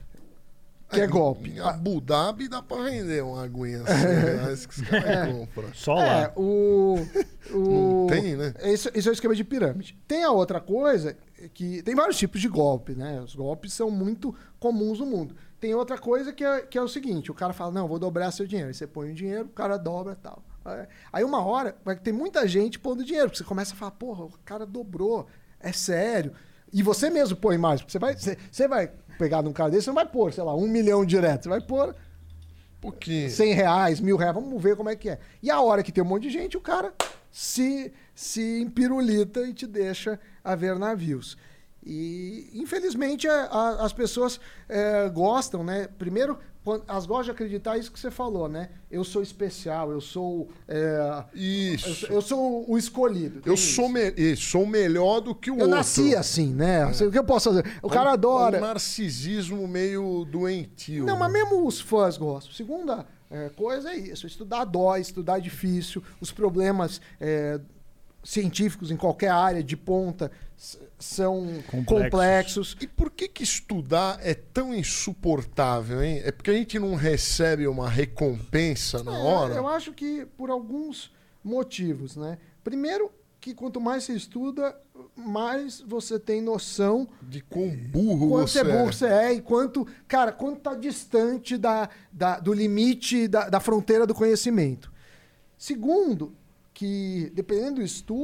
Que é, é golpe. Em Abu Dhabi dá pra vender uma aguinha cem reais que os caras é. compram. Só lá. É, o, o... Não tem, né? Isso, isso é o esquema de pirâmide. Tem a outra coisa que... Tem vários tipos de golpe, né? Os golpes são muito comuns no mundo. Tem outra coisa que é, que é o seguinte, o cara fala, não, vou dobrar seu dinheiro. Aí você põe o dinheiro, o cara dobra e tal. Aí uma hora vai ter muita gente pondo dinheiro, porque você começa a falar, porra, o cara dobrou, é sério. E você mesmo põe mais, porque você vai, você, você vai pegar num cara desse, você não vai pôr, sei lá, um milhão direto, você vai pôr Porque... cem reais, mil reais, vamos ver como é que é. E a hora que tem um monte de gente, o cara se, se empirulita e te deixa a ver navios. E, infelizmente, a, a, as pessoas é, gostam, né? Primeiro, elas gostam de acreditar isso que você falou, né? Eu sou especial, eu sou... É, isso. Eu, eu sou o escolhido. Eu sou, me, sou melhor do que o eu outro. Eu nasci assim, né? É. O que eu posso fazer? O cara um, adora... Um narcisismo meio doentio. Não, né? mas mesmo os fãs gostam. Segunda é, coisa é isso. Estudar dói, estudar é difícil. Os problemas... É, científicos em qualquer área de ponta são complexos. complexos. E por que que estudar é tão insuportável, hein? É porque a gente não recebe uma recompensa na é, hora? Eu acho que por alguns motivos, né? Primeiro, que quanto mais você estuda, mais você tem noção de quão burro quanto você é. burro é. você é e quanto, cara, quanto tá distante da, da, do limite da, da fronteira do conhecimento. Segundo, que dependendo do estudo,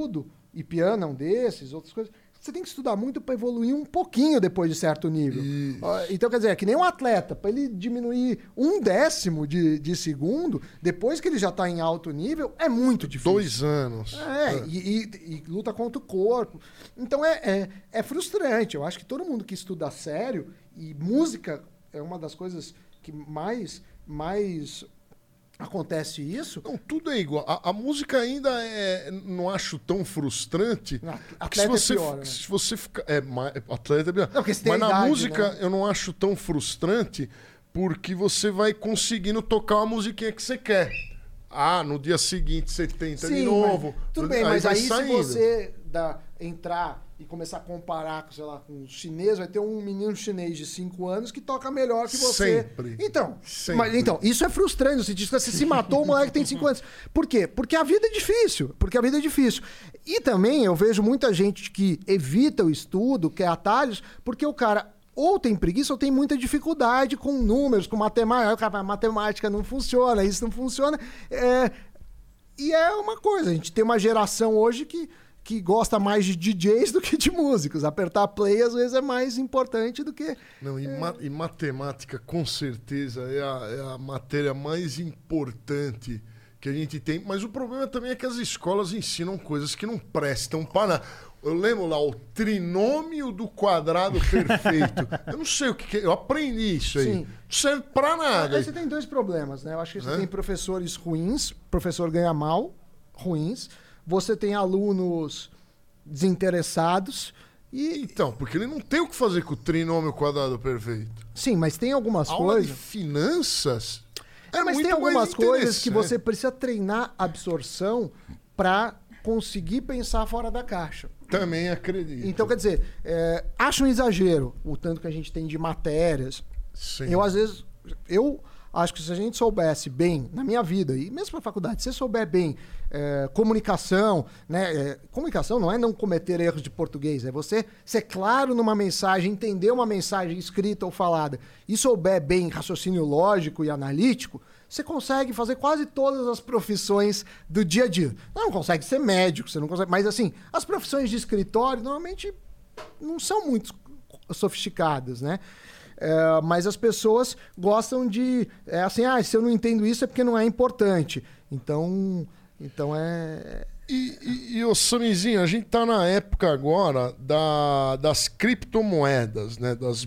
e piano é um desses, outras coisas. Você tem que estudar muito para evoluir um pouquinho depois de certo nível. Isso. Então, quer dizer, é que nem um atleta, para ele diminuir um décimo de, de segundo, depois que ele já está em alto nível, é muito difícil. Dois anos. É, é. E, e, e luta contra o corpo. Então, é, é, é frustrante. Eu acho que todo mundo que estuda sério, e música é uma das coisas que mais... mais acontece isso? Não, tudo é igual. A, a música ainda é, não acho tão frustrante. Não, atleta se você, é pior, né? se você ficar, é, atleta é pior. Não, mas na idade, música né? eu não acho tão frustrante porque você vai conseguindo tocar uma musiquinha que você quer. Ah, no dia seguinte você tenta Sim, de novo. Mas, tudo bem, aí mas aí saindo. se você dá, entrar e começar a comparar com, sei lá, com os chineses, vai ter um menino chinês de cinco anos que toca melhor que você. Sempre. Então, Sempre. Mas, então isso é frustrante. Você diz que você se matou, o moleque tem cinco anos. Por quê? Porque a vida é difícil. Porque a vida é difícil. E também eu vejo muita gente que evita o estudo, quer atalhos, porque o cara ou tem preguiça ou tem muita dificuldade com números, com matemática. O cara fala, matemática não funciona, isso não funciona. É... E é uma coisa, a gente tem uma geração hoje que que gosta mais de D Js do que de músicos. Apertar play, às vezes, é mais importante do que... Não, e, é... ma e matemática, com certeza, é a, é a matéria mais importante que a gente tem. Mas o problema também é que as escolas ensinam coisas que não prestam para... Eu lembro lá, o trinômio do quadrado perfeito. Eu não sei o que, que é. Eu aprendi isso aí. Sim. Não serve para nada. Aí você tem dois problemas, né? Eu acho que você é? tem professores ruins, professor ganha mal, ruins. Você tem alunos desinteressados e... Então, porque ele não tem o que fazer com o trinômio quadrado perfeito. Sim, mas tem algumas Aula coisas... de finanças é, mas tem algumas coisas que você precisa treinar absorção para conseguir pensar fora da caixa. Também acredito. Então, quer dizer, é, acho um exagero o tanto que a gente tem de matérias. Sim. Eu, às vezes... Eu... Acho que se a gente soubesse bem, na minha vida, e mesmo na faculdade, se você souber bem é, comunicação, né? É, comunicação não é não cometer erros de português, é você ser claro numa mensagem, entender uma mensagem escrita ou falada, e souber bem raciocínio lógico e analítico, você consegue fazer quase todas as profissões do dia a dia. Você não consegue ser médico, você não consegue... Mas, assim, as profissões de escritório, normalmente, não são muito sofisticadas, né? É, mas as pessoas gostam de... É assim, ah, se eu não entendo isso é porque não é importante. Então, então é... E, e, e ô Samizinho, a gente tá na época agora da, das criptomoedas, né? Das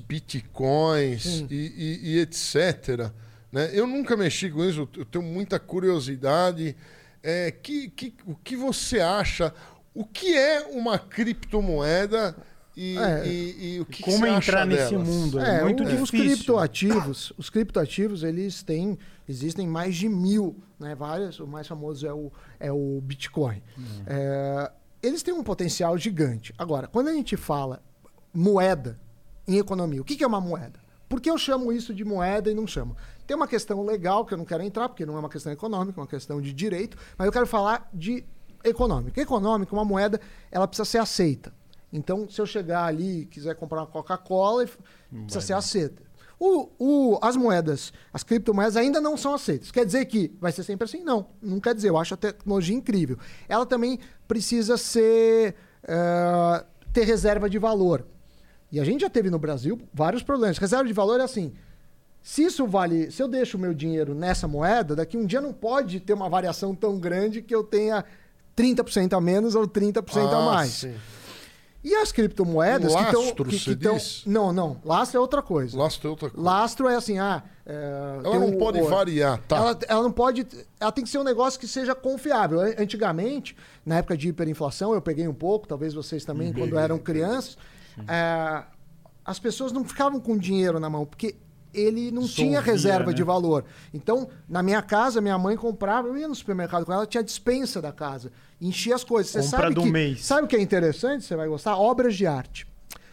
bitcoins e, e, e etcétera. Né? Eu nunca mexi com isso, eu tenho muita curiosidade. É, que, que, o que você acha? O que é uma criptomoeda... E, é, e, e o que como que você entrar acha nesse delas? mundo é, é muito o, difícil. Os criptoativos, os criptoativos, eles têm, existem mais de mil, né? Várias. O mais famoso é o, é o Bitcoin. Hum. É, eles têm um potencial gigante. Agora, quando a gente fala moeda em economia, o que, que é uma moeda? Por que eu chamo isso de moeda e não chamo? Tem uma questão legal que eu não quero entrar, porque não é uma questão econômica, é uma questão de direito, mas eu quero falar de econômica. Econômica, uma moeda, ela precisa ser aceita. Então, se eu chegar ali e quiser comprar uma Coca-Cola, precisa ser aceita. O, o, as moedas, as criptomoedas ainda não são aceitas. Quer dizer que vai ser sempre assim? Não, não quer dizer. Eu acho a tecnologia incrível. Ela também precisa ser uh, ter reserva de valor. E a gente já teve no Brasil vários problemas. Reserva de valor é assim, se isso vale, se eu deixo o meu dinheiro nessa moeda, daqui um dia não pode ter uma variação tão grande que eu tenha trinta por cento a menos ou trinta por cento ah, a mais. Sim. E as criptomoedas lastro, que estão... Que, que não, não. Lastro é outra coisa. Lastro é outra coisa. Lastro é assim, ah... É, ela não um, pode o, variar, tá? Ela, ela não pode... Ela tem que ser um negócio que seja confiável. Antigamente, na época de hiperinflação, eu peguei um pouco, talvez vocês também, uhum. quando eram crianças, é, as pessoas não ficavam com dinheiro na mão, porque ele não Solvia, tinha reserva né? de valor. Então, na minha casa, minha mãe comprava, eu ia no supermercado com ela, tinha dispensa da casa, enchia as coisas. Você Compra sabe do que, mês. Sabe o que é interessante? Você vai gostar? Obras de arte.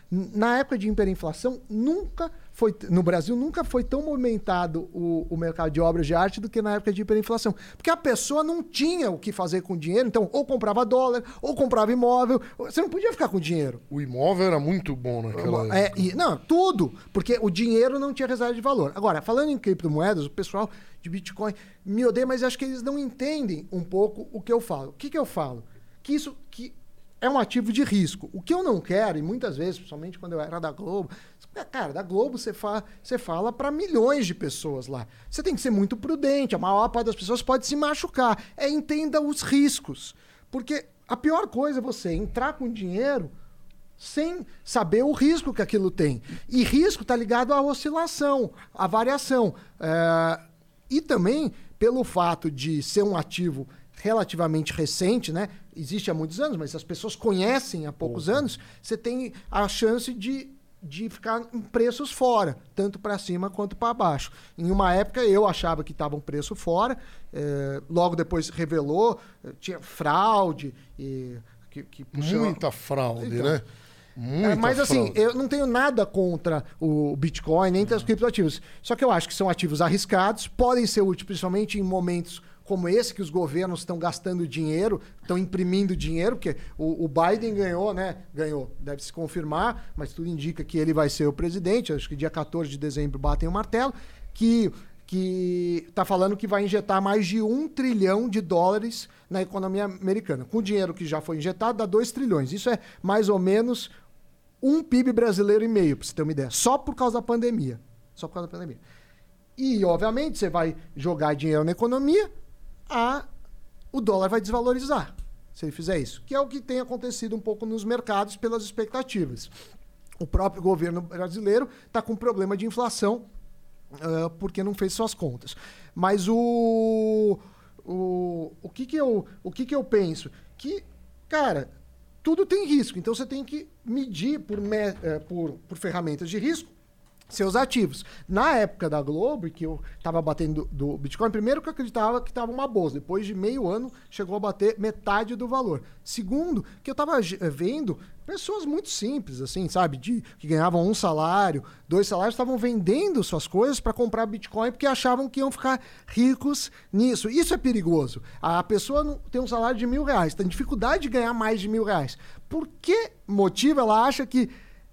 Na época de hiperinflação, nunca foi, no Brasil, nunca foi tão movimentado o, o mercado de obras de arte do que na época de hiperinflação. Porque a pessoa não tinha o que fazer com o dinheiro, então ou comprava dólar, ou comprava imóvel. Você não podia ficar com dinheiro. O imóvel era muito bom naquela é, época. E, não, tudo. Porque o dinheiro não tinha reserva de valor. Agora, falando em criptomoedas, o pessoal de Bitcoin me odeia, mas acho que eles não entendem um pouco o que eu falo. O que, que eu falo? Que isso... Que é um ativo de risco. O que eu não quero, e muitas vezes, principalmente quando eu era da Globo, cara, da Globo você, fa você fala para milhões de pessoas lá. Você tem que ser muito prudente, a maior parte das pessoas pode se machucar. É, entenda os riscos. Porque a pior coisa é você entrar com dinheiro sem saber o risco que aquilo tem. E risco está ligado à oscilação, à variação. É... E também pelo fato de ser um ativo relativamente recente, né? Existe há muitos anos, mas as pessoas conhecem há poucos uhum. anos, você tem a chance de, de ficar em preços fora, tanto para cima quanto para baixo. Em uma época eu achava que estava um preço fora, eh, logo depois revelou, tinha fraude. E, que, que puxou... Muita fraude, então, né? Muita é, mas assim, fraude. Eu não tenho nada contra o Bitcoin, nem os criptoativos. Só que eu acho que são ativos arriscados, podem ser úteis, principalmente em momentos como esse, que os governos estão gastando dinheiro, estão imprimindo dinheiro, porque o, o Biden ganhou, né? Ganhou, deve se confirmar, mas tudo indica que ele vai ser o presidente. Acho que dia quatorze de dezembro batem o martelo, que que está falando que vai injetar mais de um trilhão de dólares na economia americana. Com o dinheiro que já foi injetado, dá dois trilhões. Isso é mais ou menos um P I B brasileiro e meio, para você ter uma ideia. Só por causa da pandemia. Só por causa da pandemia. E, obviamente, você vai jogar dinheiro na economia, a, o dólar vai desvalorizar, se ele fizer isso. Que é o que tem acontecido um pouco nos mercados pelas expectativas. O próprio governo brasileiro está com problema de inflação, Uh, porque não fez suas contas. Mas o, o, o, que, que, eu, o que, que eu penso? Que, cara, tudo tem risco. Então você tem que medir por, me, uh, por, por ferramentas de risco seus ativos. Na época da Globo, que eu estava batendo do, do Bitcoin, primeiro que eu acreditava que estava uma bolsa. Depois de meio ano, chegou a bater metade do valor. Segundo, que eu estava vendo pessoas muito simples, assim, sabe? De, que ganhavam um salário, dois salários, estavam vendendo suas coisas para comprar Bitcoin porque achavam que iam ficar ricos nisso. Isso é perigoso. A pessoa não, tem um salário de mil reais, tem dificuldade de ganhar mais de mil reais. Por que motivo ela acha que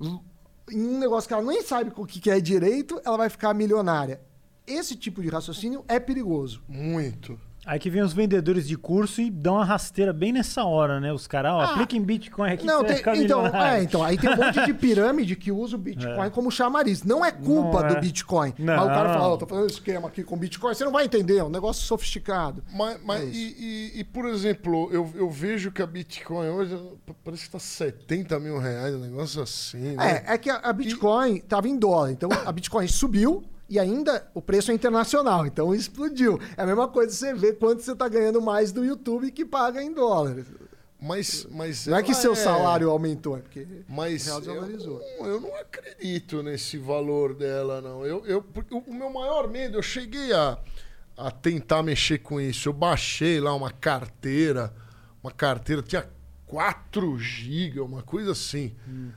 em um negócio que ela nem sabe o que é direito, ela vai ficar milionária? Esse tipo de raciocínio é perigoso. Muito. Aí que vem os vendedores de curso e dão uma rasteira bem nessa hora, né? Os caras, ó, ah, aplica em Bitcoin aqui não, que você tem, vai ficar então, milionário. é, então, aí tem um monte de pirâmide que usa o Bitcoin é. como chamariz. Não é culpa não é. do Bitcoin. Não. Mas o cara fala, ó, oh, tô fazendo um esquema aqui com Bitcoin, você não vai entender, é um negócio sofisticado. Mas, mas é e, e, e, por exemplo, eu, eu vejo que a Bitcoin hoje parece que tá setenta mil reais, um negócio assim, né? É, é que a, a Bitcoin e... tava em dólar, então a Bitcoin subiu, e ainda o preço é internacional, então explodiu. É a mesma coisa você vê quanto você está ganhando mais do YouTube que paga em dólares. Mas, mas não é que seu é... salário aumentou, é porque mas o real desvalorizou. Eu, eu não acredito nesse valor dela, não. Eu, eu, porque o meu maior medo, eu cheguei a, a tentar mexer com isso. Eu baixei lá uma carteira, uma carteira, tinha quatro gigas, uma coisa assim. Hum.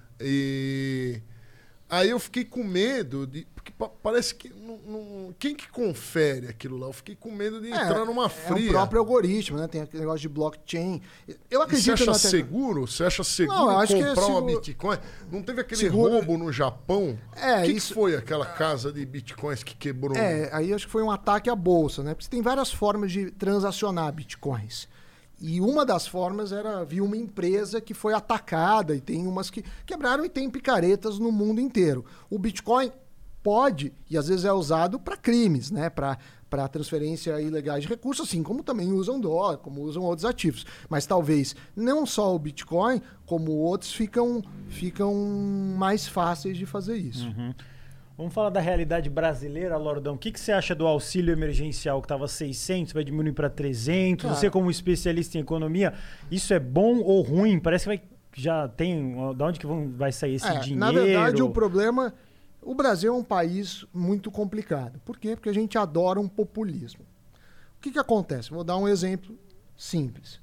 E... Aí eu fiquei com medo, de, porque parece que... Não, não, quem que confere aquilo lá? Eu fiquei com medo de entrar é, numa fria. É o próprio algoritmo, né? Tem aquele negócio de blockchain. Eu acredito... E você acha na... seguro? Você acha seguro não, acho comprar que é uma Bitcoin? Não teve aquele seguro... roubo no Japão? É, O que, isso... que foi aquela casa de Bitcoins que quebrou? É, aí acho que foi um ataque à bolsa, né? Porque tem várias formas de transacionar Bitcoins. E uma das formas era via uma empresa que foi atacada, e tem umas que quebraram e tem picaretas no mundo inteiro. O Bitcoin pode, e às vezes é usado para crimes, né? Para para transferência ilegal de recursos, assim como também usam dólar, como usam outros ativos. Mas talvez não só o Bitcoin, como outros ficam, ficam mais fáceis de fazer isso. Uhum. Vamos falar da realidade brasileira, Lordão. O que, que você acha do auxílio emergencial que estava seiscentos, vai diminuir para trezentos? Cara, você como especialista em economia, isso é bom ou ruim? Parece que vai, já tem... De onde que vão, vai sair esse é, dinheiro? Na verdade, o problema... O Brasil é um país muito complicado. Por quê? Porque a gente adora um populismo. O que, que acontece? Vou dar um exemplo simples.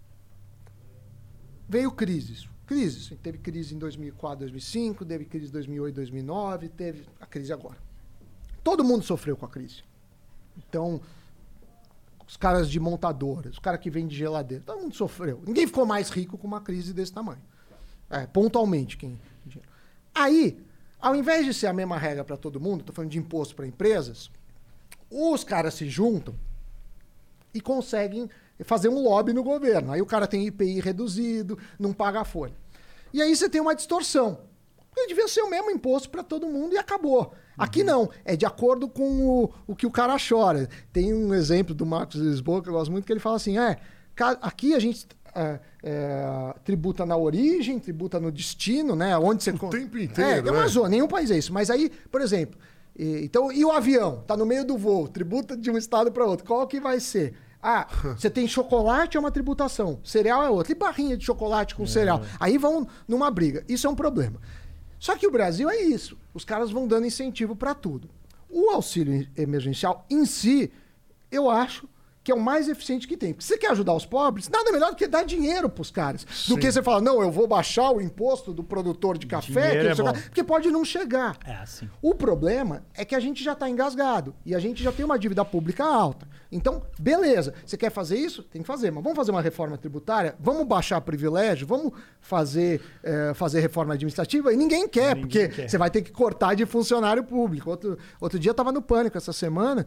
Veio crises. Crises. Teve crise em dois mil e quatro, dois mil e cinco, teve crise em dois mil e oito, dois mil e nove, teve a crise agora. Todo mundo sofreu com a crise. Então, os caras de montadoras, os caras que vendem geladeira, todo mundo sofreu. Ninguém ficou mais rico com uma crise desse tamanho. É, pontualmente. Quem... Aí, ao invés de ser a mesma regra para todo mundo, estou falando de imposto para empresas, os caras se juntam e conseguem fazer um lobby no governo. Aí o cara tem I P I reduzido, não paga a folha. E aí você tem uma distorção. Porque devia ser o mesmo imposto para todo mundo e acabou. Aqui não, é de acordo com o, o que o cara chora. Tem um exemplo do Marcos Lisboa que eu gosto muito, que ele fala assim, é, aqui a gente é, é, tributa na origem, tributa no destino, né? Onde você... O tempo inteiro, É, tem uma né? zona, nenhum país é isso. Mas aí, por exemplo, e, então, e o avião? Tá no meio do voo, tributa de um estado para outro. Qual que vai ser? Ah, você tem chocolate, é uma tributação. Cereal é outra. E barrinha de chocolate com é. cereal. Aí vão numa briga. Isso é um problema. Só que o Brasil é isso. Os caras vão dando incentivo para tudo. O auxílio emergencial em si, eu acho que é o mais eficiente que tem. Porque você quer ajudar os pobres, nada melhor do que dar dinheiro para os caras. Sim. Do que você falar, não, eu vou baixar o imposto do produtor de café, que é porque pode não chegar. É assim. O problema é que a gente já está engasgado e a gente já tem uma dívida pública alta. Então, beleza, você quer fazer isso? Tem que fazer, mas vamos fazer uma reforma tributária? Vamos baixar privilégio? Vamos fazer, é, fazer reforma administrativa? E ninguém quer, ninguém porque quer. Você vai ter que cortar de funcionário público. Outro, outro dia eu estava no Pânico, essa semana,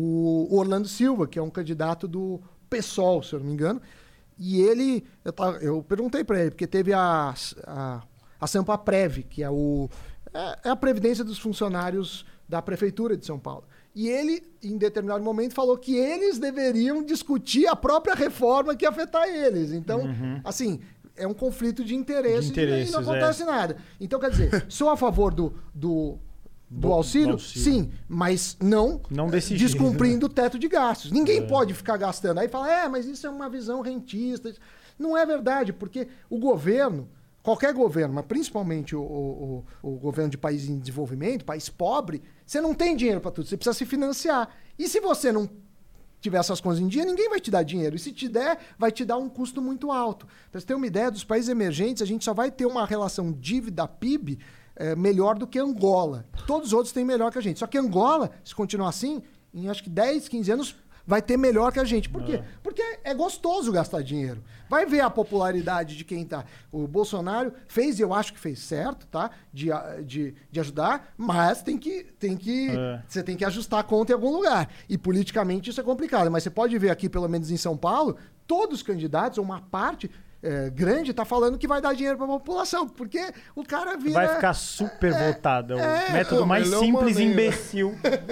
o, o Orlando Silva, que é um candidato do PSOL, se eu não me engano, e ele, eu, tava, eu perguntei para ele, porque teve a, a, a Sampaprev, que é, o, é, é a previdência dos funcionários da Prefeitura de São Paulo. E ele, em determinado momento, falou que eles deveriam discutir a própria reforma que ia afetar eles. Então, uhum. assim, é um conflito de interesses, de interesses e não acontece é. nada. Então, quer dizer, sou a favor do, do, do, auxílio? do auxílio? Sim, mas não, não descumprindo o teto de gastos. Ninguém é. pode ficar gastando. Aí fala, é, mas isso é uma visão rentista. Não é verdade, porque o governo... Qualquer governo, mas principalmente o, o, o governo de país em desenvolvimento, país pobre, você não tem dinheiro para tudo, você precisa se financiar. E se você não tiver essas coisas em dia, ninguém vai te dar dinheiro. E se te der, vai te dar um custo muito alto. Para você ter uma ideia, dos países emergentes, a gente só vai ter uma relação dívida-P I B é, melhor do que Angola. Todos os outros têm melhor que a gente. Só que Angola, se continuar assim, em acho que dez, quinze anos... vai ter melhor que a gente. Por quê? Porque é gostoso gastar dinheiro. Vai ver a popularidade de quem tá. O Bolsonaro fez, e eu acho que fez certo, tá? De, de, de ajudar, mas tem que, tem que, é. você tem que ajustar a conta em algum lugar. E politicamente isso é complicado. Mas você pode ver aqui, pelo menos em São Paulo, todos os candidatos, ou uma parte... É, grande tá falando que vai dar dinheiro para a população, porque o cara vira... Vai ficar super é, votado. É o é, método mais simples e imbecil.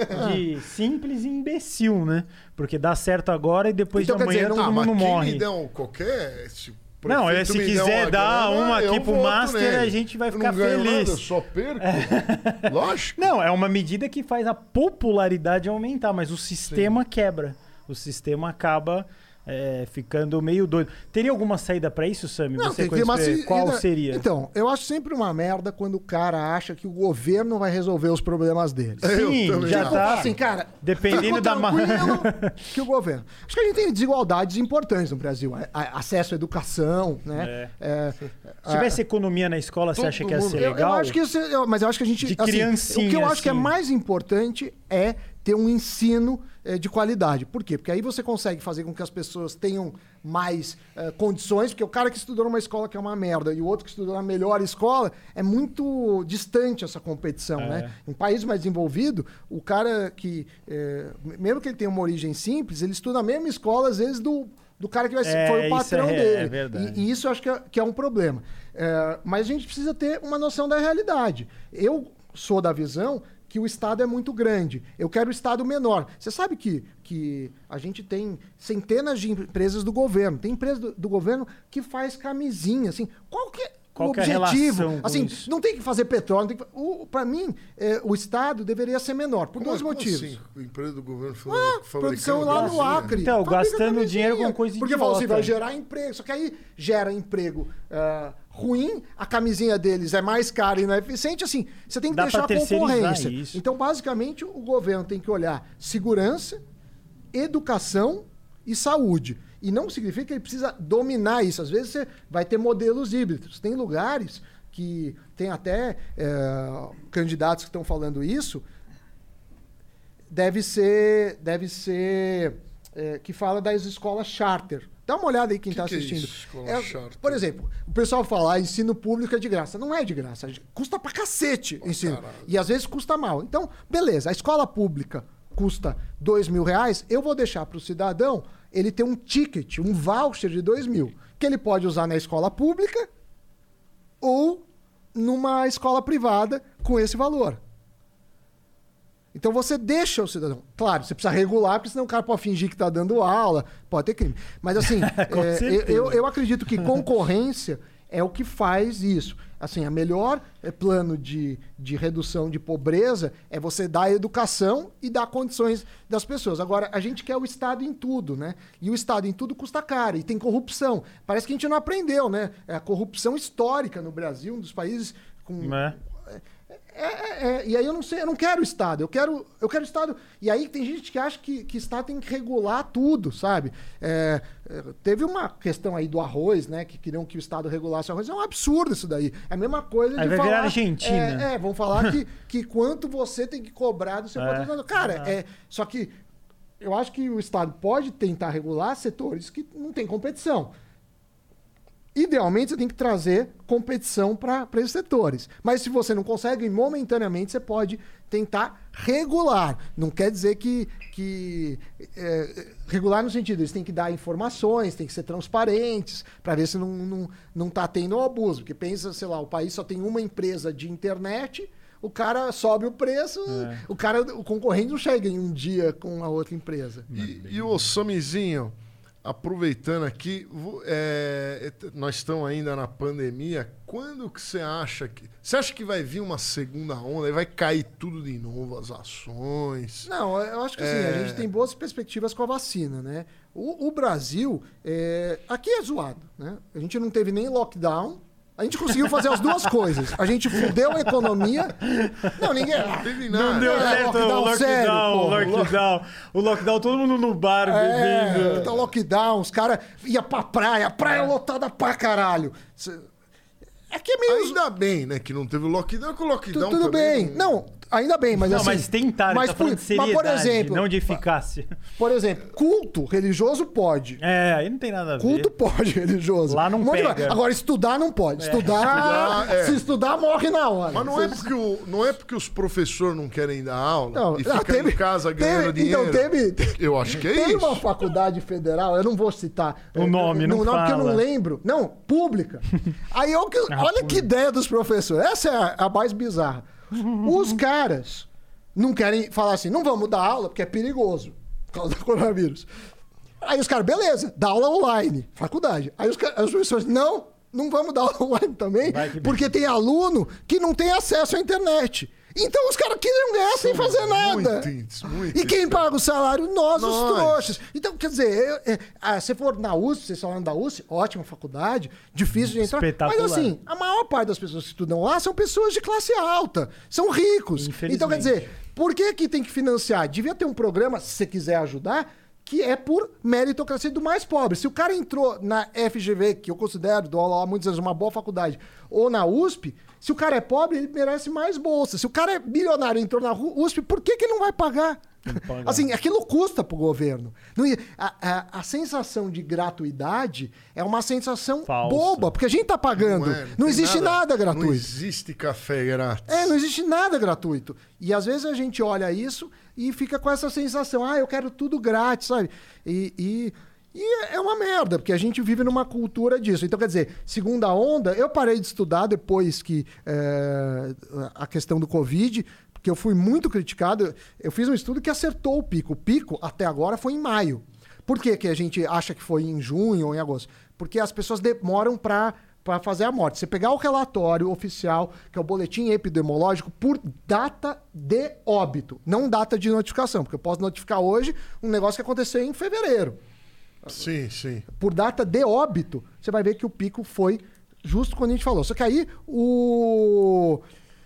De simples e imbecil, né? Porque dá certo agora e depois então, de amanhã dizer, todo tá, mundo mas morre. Me dão qualquer... Tipo, não, se quiser dar uma, uma aqui pro Master, nele. A gente vai eu ficar não ganho feliz. Nada, eu só perco. É. Lógico. Não, é uma medida que faz a popularidade aumentar, mas o sistema Sim. quebra. O sistema acaba... É, ficando meio doido. Teria alguma saída pra isso, Sami? Não, Você tem uma... Qual seria? Então, eu acho sempre uma merda quando o cara acha que o governo vai resolver os problemas dele. Sim, já tá. Assim, cara, dependendo da que o governo. Acho que a gente tem desigualdades importantes no Brasil. Acesso à educação, né? É. É, Se tivesse é, economia na escola, você acha que ia ser eu, legal? Eu acho que isso, eu, mas eu acho que a gente... De assim, criancinha, o que eu acho assim. que é mais importante é ter um ensino é, de qualidade. Por quê? Porque aí você consegue fazer com que as pessoas tenham mais é, condições, porque o cara que estudou numa escola que é uma merda e o outro que estudou na melhor escola, é muito distante essa competição, é. né? Em países mais desenvolvidos, o cara que, é, mesmo que ele tenha uma origem simples, ele estuda na mesma escola, às vezes, do, do cara que vai ser, é, foi o patrão é, dele. É verdade. E, e isso eu acho que é, que é um problema. É, mas a gente precisa ter uma noção da realidade. Eu sou da visão que o Estado é muito grande. Eu quero o Estado menor. Você sabe que, que a gente tem centenas de empresas do governo. Tem empresa do, do governo que faz camisinha. Assim, qual que é qual o que é objetivo? A assim, isso? Não tem que fazer petróleo. Que... Para mim, é, o Estado deveria ser menor, por como, dois como motivos. Assim? A empresa do governo ah, produção lá no Acre. Então, gastando dinheiro com coisa Porque idiota. Porque assim, vai gerar emprego. Só que aí gera emprego... Uh, ruim, a camisinha deles é mais cara e não é eficiente, assim, você tem que Dá deixar a concorrência. Isso. Então, basicamente, o governo tem que olhar segurança, educação e saúde. E não significa que ele precisa dominar isso. Às vezes você vai ter modelos híbridos. Tem lugares que tem até é, candidatos que estão falando isso, deve ser, deve ser é, que fala das escolas charter. Dá uma olhada aí quem está assistindo. Que é isso, é, por exemplo, o pessoal fala, ah, ensino público é de graça. Não é de graça. Custa pra cacete o ensino. Caralho. E às vezes custa mal. Então, beleza. A escola pública custa dois mil reais, eu vou deixar para o cidadão ele ter um ticket, um voucher de dois mil, que ele pode usar na escola pública ou numa escola privada com esse valor. Então você deixa o cidadão. Claro, você precisa regular, porque senão o cara pode fingir que está dando aula, pode ter crime. Mas assim, é, eu, eu acredito que concorrência é o que faz isso. Assim, a melhor plano de, de redução de pobreza é você dar educação e dar condições das pessoas. Agora, a gente quer o Estado em tudo, né? E o Estado em tudo custa caro, e tem corrupção. Parece que a gente não aprendeu, né? É a corrupção histórica no Brasil, um dos países com... É. É, é, é, e aí eu não sei, eu não quero Estado, eu quero, eu quero Estado. E aí tem gente que acha que, que Estado tem que regular tudo, sabe? É, é, teve uma questão aí do arroz, né? Que queriam que o Estado regulasse o arroz. É um absurdo isso daí. É a mesma coisa aí de vai falar... virar Argentina. É, é, vão falar que, que quanto você tem que cobrar do seu É. patrocinador. Cara, é, só que eu acho que o Estado pode tentar regular setores que não tem competição. Idealmente, você tem que trazer competição para esses setores. Mas se você não consegue, momentaneamente, você pode tentar regular. Não quer dizer que... que é, regular no sentido, eles têm que dar informações, têm que ser transparentes, para ver se não, não, não tá tendo abuso. Porque pensa, sei lá, o país só tem uma empresa de internet, o cara sobe o preço, é. o, cara, o concorrente não chega em um dia com a outra empresa. E, e o Samizinho... Aproveitando aqui, é, nós estamos ainda na pandemia. Quando que você acha que... Você acha que vai vir uma segunda onda e vai cair tudo de novo, as ações? Não, eu acho que é... assim, a gente tem boas perspectivas com a vacina, né? O, o Brasil, é... aqui é zoado, né? A gente não teve nem lockdown. A gente conseguiu fazer as duas coisas. A gente fudeu a economia. Não, ninguém. Não teve nada. Não deu é, certo lockdown, o lockdown, sério, o lockdown. O lockdown, todo mundo no bar é, bebendo. então, lockdown, os caras iam pra praia, praia é. lotada pra caralho. É que é meio. Ainda bem, né, que não teve o lockdown, que o lockdown Tudo bem. Não... não, ainda bem, mas não, assim... mas tentaram, mas, tá falando de seriedade, mas, por exemplo, não de eficácia. Por exemplo, culto religioso pode. É, aí não tem nada a ver. Culto pode, religioso. Lá não um pega. Agora, estudar não pode. É. Estudar, Estudar, é. se estudar, morre na hora. Mas não é porque, o, não é porque os professores não querem dar aula Não, e ah, ficam teve- em casa teve- ganhando dinheiro. Então, teve... Eu acho que é Tem isso. uma faculdade federal, eu não vou citar O nome, não porque eu fala. não lembro. Não, pública. Aí eu que- Ah, olha pública. que ideia dos professores. Essa é a, a mais bizarra. Os caras não querem falar assim, não vamos dar aula porque é perigoso por causa do coronavírus. Aí os caras, beleza, dá aula online, faculdade. Aí os, caras- os professores, não, não vamos dar aula online também, Vai que- porque tem aluno que não tem acesso à internet. Então os caras queriam ganhar sem fazer nada. Muito, muito. E quem paga o salário? Nós, os Nós. trouxas. Então, quer dizer, eu, é, ah, se for na U S P, vocês falando da U S P, ótima faculdade, difícil de entrar. Espetacular. Mas assim, a maior parte das pessoas que estudam lá são pessoas de classe alta, são ricos. Infelizmente. Então, quer dizer, por que que tem que financiar? Devia ter um programa, se você quiser ajudar, que é por meritocracia do mais pobre. Se o cara entrou na F G V, que eu considero, dou aula há muitos anos, uma boa faculdade, ou na U S P, se o cara é pobre, ele merece mais bolsa. Se o cara é bilionário e entrou na U S P, por que que ele não vai pagar? pagar. Assim, aquilo custa pro governo. Não ia- a, a- a sensação de gratuidade é uma sensação Falsa. boba, porque a gente tá pagando. Não, é, tem existe nada, gratuito. Não existe café grátis. É, não existe nada gratuito. E às vezes a gente olha isso e fica com essa sensação, ah, eu quero tudo grátis, sabe? E, e, e é uma merda, porque a gente vive numa cultura disso. Então, quer dizer, segunda onda, eu parei de estudar depois que é, a questão do Covid, porque eu fui muito criticado. Eu fiz um estudo que acertou o pico. O pico, até agora, foi em maio. Por que que a gente acha que foi em junho ou em agosto? Porque as pessoas demoram para para fazer a morte. Você pegar o relatório oficial, que é o boletim epidemiológico, por data de óbito, não data de notificação, porque eu posso notificar hoje um negócio que aconteceu em fevereiro. Sim, sim. Por data de óbito, você vai ver que o pico foi justo quando a gente falou. Só que aí o...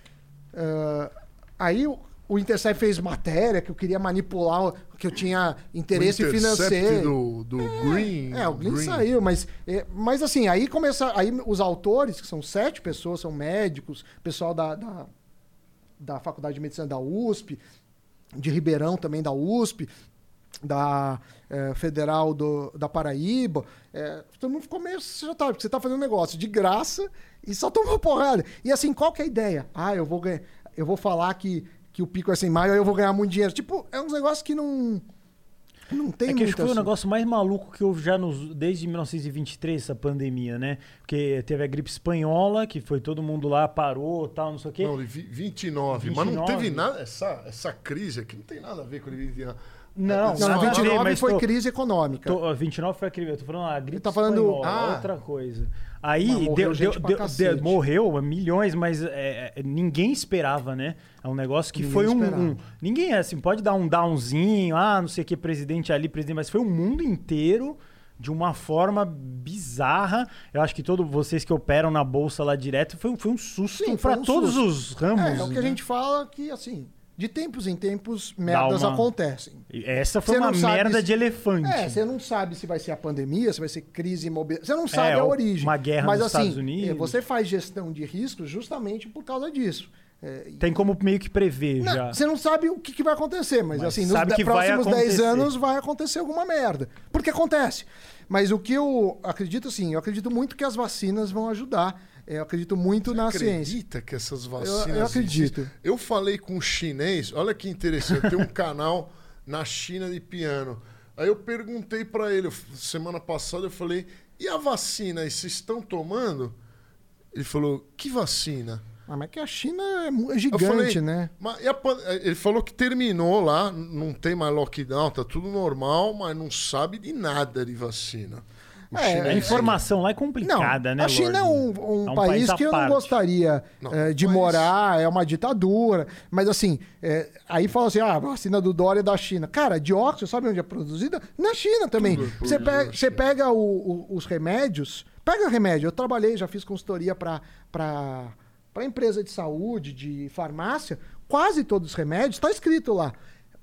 eh, aí o, o Intercept fez matéria que eu queria manipular, que eu tinha interesse O Intercept financeiro. do, do Green. É, o Green, Green. saiu, mas, é, mas assim, aí começaram. Aí os autores, que são sete pessoas, são médicos, pessoal da, da, da Faculdade de Medicina da U S P, de Ribeirão também da U S P, da é, Federal do, da Paraíba. É, todo mundo ficou meio chateado, porque você tá fazendo um negócio de graça e só tomou porrada. E assim, qual que é a ideia? Ah, eu vou ganhar. Eu vou falar que, que o pico vai ser em maio, aí eu vou ganhar muito dinheiro. Tipo, é uns negócios que não... Não tem é que muito acho que foi assim. o negócio mais maluco que houve já nos, desde mil novecentos e vinte e três, essa pandemia, né? Porque teve a gripe espanhola, que foi todo mundo lá, parou, tal, não sei o quê. Não, vinte e nove. Mas não teve nada, essa, essa crise aqui não tem nada a ver com o vinte e nove. Não, não, não vinte e nove ver, foi tô, crise econômica. Tô, vinte e nove foi a crise, eu tô falando a gripe tá falando, espanhola, ah, outra coisa. Aí morreu, deu, deu, deu, deu, morreu milhões, mas é, é, ninguém esperava, né? É um negócio que ninguém foi um, um... Ninguém, assim, pode dar um downzinho, ah, não sei o que, presidente ali, presidente, mas foi o mundo inteiro de uma forma bizarra. Eu acho que todos vocês que operam na bolsa lá direto, foi, foi um susto para um todos susto. os ramos. É, é o que né? a gente fala que, assim... De tempos em tempos, merdas uma... acontecem. Essa foi uma merda se... de elefante. É, você não sabe se vai ser a pandemia, se vai ser crise imobiliária. Você não sabe é, a origem. Uma guerra Mas, nos assim, Estados Unidos. Você faz gestão de risco justamente por causa disso. É, Tem como meio que prever não, já. Você não sabe o que, que vai acontecer, mas, mas assim, nos que próximos dez anos vai acontecer alguma merda. Porque acontece. Mas o que eu acredito, assim, eu acredito muito que as vacinas vão ajudar. Eu acredito muito Você na acredita ciência. Acredita que essas vacinas... Eu, eu acredito. Existem? Eu falei com um chinês, olha que interessante, tem um canal na China de piano. Aí eu perguntei para ele, semana passada, eu falei, e a vacina, vocês estão tomando? Ele falou, que vacina? Ah, mas que a China é gigante, falei, né? Mas a, ele falou que terminou lá, não tem mais lockdown, tá tudo normal, mas não sabe de nada de vacina. É, a informação lá é complicada, não, né? A China Lorde? é um, um, é um país, país que eu parte. não gostaria não, é, de mas... morar, é uma ditadura. Mas assim, é, aí fala assim: ah, a vacina do Dória é da China. Cara, dióxido, sabe onde é produzida? Na China também. Você pega, você pega o, o, os remédios, pega remédio. Eu trabalhei, já fiz consultoria para para empresa de saúde, de farmácia. Quase todos os remédios, está escrito lá.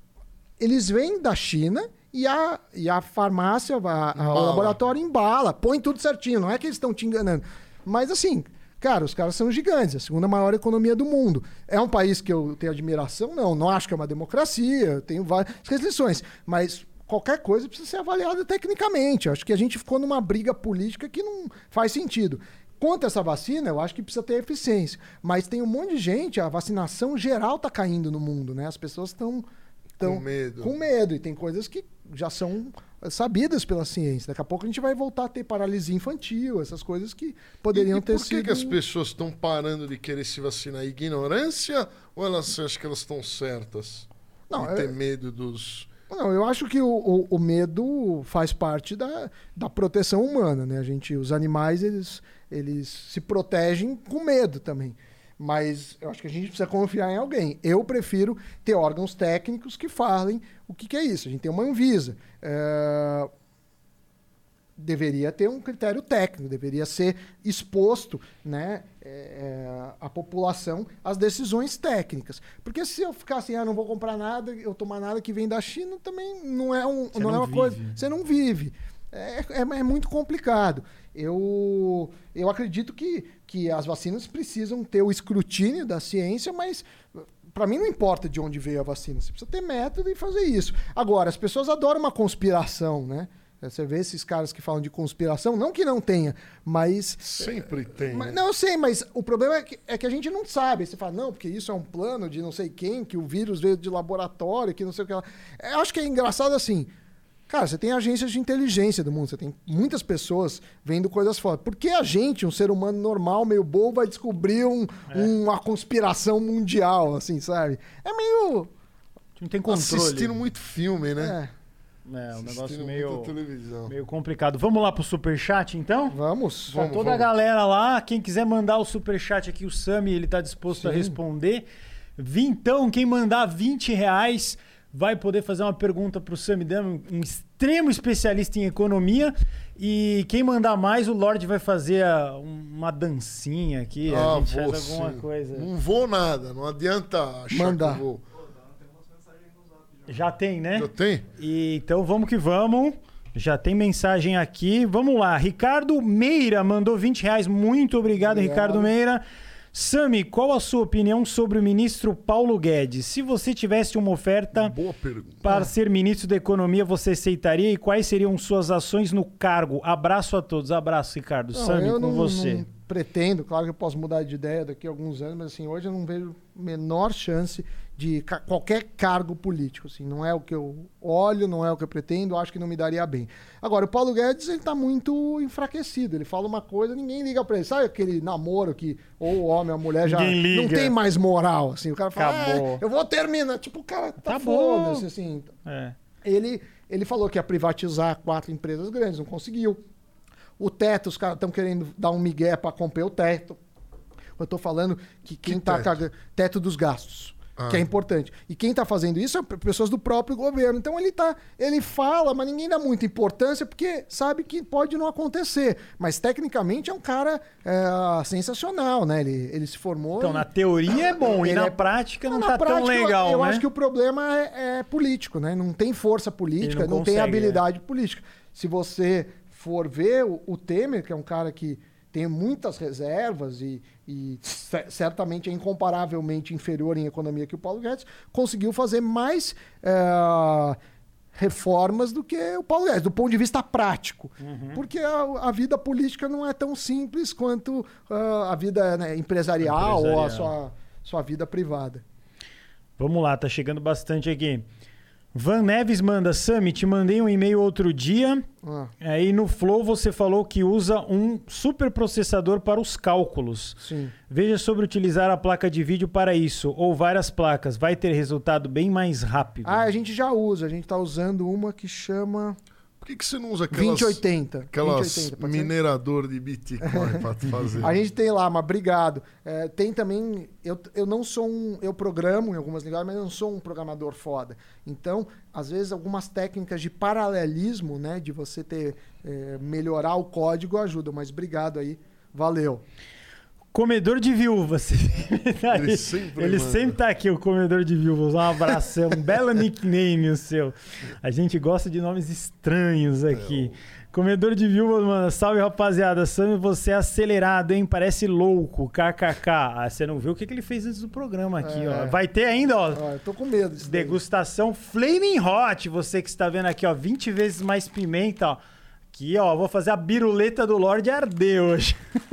Eles vêm da China. E a, e a farmácia, a, a, o laboratório embala, põe tudo certinho. Não é que eles estão te enganando. Mas assim, cara, os caras são gigantes. A segunda maior economia do mundo. É um país que eu tenho admiração? Não. Não acho que é uma democracia. Eu tenho várias restrições. Mas qualquer coisa precisa ser avaliada tecnicamente. Eu acho que a gente ficou numa briga política que não faz sentido. Quanto a essa vacina, eu acho que precisa ter eficiência. Mas tem um monte de gente, a vacinação geral está caindo no mundo, né? As pessoas estão... Então, com medo. Com medo. E tem coisas que já são sabidas pela ciência. Daqui a pouco a gente vai voltar a ter paralisia infantil, essas coisas que poderiam e, e ter por sido... Por que, que as pessoas estão parando de querer se vacinar? Ignorância ou elas acham que elas estão certas? Não, de ter eu... medo dos... Não, eu acho que o, o, o medo faz parte da, da proteção humana, né? A gente, os animais, eles, eles se protegem com medo também. Mas eu acho que a gente precisa confiar em alguém. Eu prefiro ter órgãos técnicos que falem o que, que é isso. A gente tem uma Anvisa. É... Deveria ter um critério técnico, deveria ser exposto, né, é, à população as decisões técnicas. Porque se eu ficar assim, ah, não vou comprar nada, eu tomar nada que vem da China, também não é, um, não não é uma vive. coisa... Você não vive. É, é, é muito complicado. Eu, eu acredito que, que as vacinas precisam ter o escrutínio da ciência, mas para mim não importa de onde veio a vacina. Você precisa ter método e fazer isso. Agora, as pessoas adoram uma conspiração, né? Você vê esses caras que falam de conspiração, não que não tenha, mas... Sempre tem. Mas, né? Não, eu sei, mas o problema é que, é que a gente não sabe. Você fala, não, porque isso é um plano de não sei quem, que o vírus veio de laboratório, que não sei o que lá. Eu acho que é engraçado assim... Cara, você tem agências de inteligência do mundo, você tem muitas pessoas vendo coisas fora. Por que a gente, um ser humano normal, meio bobo, vai descobrir um, é. uma conspiração mundial, assim, sabe? É meio... Não tem controle. Assistindo muito filme, né? É. É, um negócio meio, televisão. meio complicado. Vamos lá pro superchat, então? Vamos. Pra vamos, toda vamos. a galera lá, quem quiser mandar o superchat aqui, o Sami, ele tá disposto Sim. a responder. Vintão, quem mandar vinte reais... vai poder fazer uma pergunta para o Sami Dano, um extremo especialista em economia. E quem mandar mais, o Lorde vai fazer a, uma dancinha aqui. Ah, a gente vou, faz alguma sim. coisa. Não vou nada, não adianta achar Mandar. que eu vou. Já tem, né? Já tem? E, então vamos que vamos. Já tem mensagem aqui. Vamos lá. Ricardo Meira mandou vinte reais. Muito obrigado, obrigado. Ricardo Meira. Sami, qual a sua opinião sobre o ministro Paulo Guedes? Se você tivesse uma oferta Boa pergunta. para ser ministro da Economia, você aceitaria? E quais seriam suas ações no cargo? Abraço a todos. Abraço, Ricardo. Não, Sami, com não, você. Não pretendo, claro que eu posso mudar de ideia daqui a alguns anos, mas assim, hoje eu não vejo a menor chance de ca- qualquer cargo político. Assim, não é o que eu olho, não é o que eu pretendo, acho que não me daria bem. Agora, o Paulo Guedes ele tá muito enfraquecido. Ele fala uma coisa, ninguém liga para ele. Sabe aquele namoro que ou o homem ou a mulher já Ninguém liga. não tem mais moral? Assim, o cara fala, Acabou. "É, eu vou terminar. Tipo, o cara tá Acabou. foda-se, assim. É. Ele, ele falou que ia privatizar quatro empresas grandes, não conseguiu. O teto, os caras estão querendo dar um migué para romper o teto. Eu tô falando que quem Que tá teto? cagando... Teto dos gastos. Ah. Que é importante. E quem tá fazendo isso é p- pessoas do próprio governo. Então ele tá, ele fala, mas ninguém dá muita importância porque sabe que pode não acontecer. Mas tecnicamente é um cara é, sensacional, né? Ele, ele se formou. Então, e- na teoria é bom, e Ele na é- prática não na tá tão prática, eu- legal, eu né? acho que o problema é, é político, né? Não tem força política, Ele não, não tem consegue, habilidade política. Se você for ver o, o Temer, que é um cara que tem muitas reservas e, e cer- certamente é incomparavelmente inferior em economia que o Paulo Guedes, conseguiu fazer mais eh, reformas do que o Paulo Guedes, do ponto de vista prático. Uhum. Porque a, a vida política não é tão simples quanto ah, a vida né, empresarial, ou a Empresarial. sua, sua vida privada. Vamos lá, tá chegando bastante aqui. Van Neves manda, Sami, te mandei um e-mail outro dia. Ah, Aí no Flow você falou que usa um superprocessador para os cálculos. sim. Veja sobre utilizar a placa de vídeo para isso, ou várias placas. Vai ter resultado bem mais rápido. Ah, a gente já usa. A gente está usando uma que chama Por que, que você não usa aquelas, vinte oitenta. aquelas vinte oitenta, pode ser? minerador de Bitcoin para fazer? A gente tem lá, mas obrigado. É, tem também. Eu, eu não sou um. Eu programo em algumas linguagens, mas eu não sou um programador foda. Então, às vezes, algumas técnicas de paralelismo, né? De você ter. é, melhorar o código ajudam. Mas obrigado aí. Valeu. Comedor de viúvas. Tá aí. Ele sempre Ele manda. sempre tá aqui, o comedor de viúvas. Um abração, um belo nickname o seu. A gente gosta de nomes estranhos aqui. Comedor de viúvas, mano. Salve, rapaziada. Sami, você é acelerado, hein? Parece louco. K K K. Ah, você não viu o que, que ele fez antes do programa aqui, É. ó. Vai ter ainda, ó. Ó, eu tô com medo disso. daí. Degustação Flaming Hot. Você que está vendo aqui, ó. vinte vezes mais pimenta, ó. Aqui, ó. Vou fazer a biruleta do Lorde arder hoje.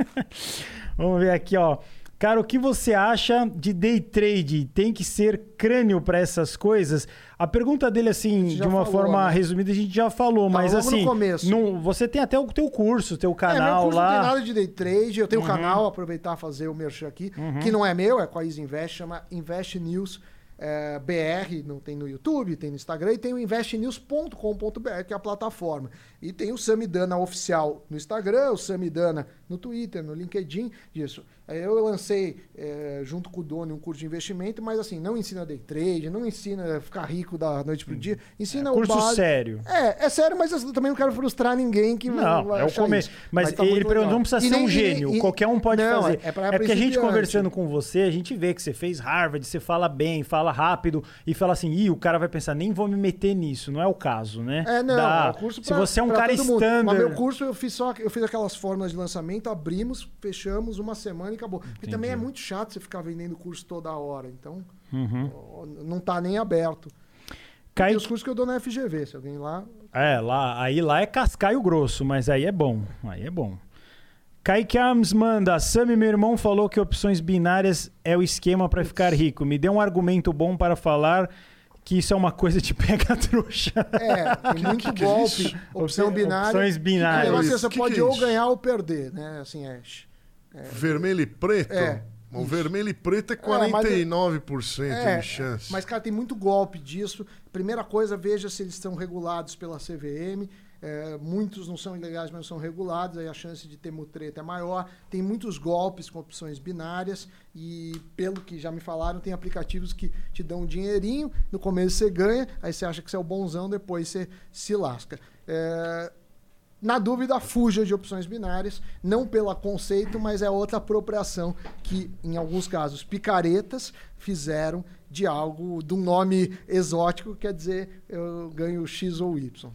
Vamos ver aqui, ó. Cara, o que você acha de day trade? Tem que ser crânio para essas coisas? A pergunta dele, assim, gente de já uma falou, forma né? resumida, a gente já falou, mas logo no assim, começo. não- você tem até o teu curso, teu É, meu canal curso não tem lá. nada de day trade. Eu tenho um canal, aproveitar e fazer o merchan aqui, que não é meu, é com a Easy Invest, chama Invest News é, B R, não tem no YouTube, tem no Instagram, e tem o invest news ponto com ponto b r, que é a plataforma. E tem o Samidana oficial no Instagram, o Samidana no Twitter, no LinkedIn, disso. Aí eu lancei, é, junto com o Doni, um curso de investimento, mas assim, não ensina day trade, não ensina ficar rico da noite pro dia, ensina o Curso básico. sério. É, é sério, mas eu também não quero frustrar ninguém que Não, vai é o achar começo. isso. Mas, tá ele muito perguntou, legal. não precisa E ser nem- um e- gênio, e- qualquer um pode não, fazer. É, pra É porque a gente principiante. conversando com você, a gente vê que você fez Harvard, você fala bem, fala rápido e fala assim, ih, o cara vai pensar, nem vou me meter nisso. Não é o caso, né? É, não, Dá. é o curso Se pra, você é um pra cara todo mundo. Mas standard... meu curso eu fiz só, eu fiz aquelas fórmulas de lançamento, abrimos, fechamos uma semana e acabou. Porque também é muito chato você ficar vendendo curso toda hora, então Uhum. ó, não tá nem aberto. Cai... E os cursos que eu dou na F G V, se alguém lá... É, lá, aí lá é cascaio grosso, mas aí é bom. Aí é bom. Kaique Arms manda, Sami, meu irmão, falou que opções binárias é o esquema para ficar rico. Me dê um argumento bom para falar que isso é uma coisa de pega-trouxa. É, tem muito que é golpe, isso? opção Opções binária. binárias. O negócio é, Isso, você que pode que é ou isso? ganhar ou perder, né? Assim, é... Vermelho e preto? É, O isso. vermelho e preto é É, mas- quarenta e nove por cento É, de chance. Mas, cara, tem muito golpe disso. Primeira coisa, veja se eles estão regulados pela C V M. É, muitos não são ilegais, mas são regulados. Aí a chance de ter mutreta é maior. Tem muitos golpes com opções binárias. E, pelo que já me falaram, tem aplicativos que te dão um dinheirinho. No começo você ganha, aí você acha que você é o bonzão, depois você se lasca. É... Na dúvida, fuja de opções binárias, não pelo conceito, mas é outra apropriação que, em alguns casos, picaretas fizeram de algo, de um nome exótico, quer dizer, eu ganho X ou Y.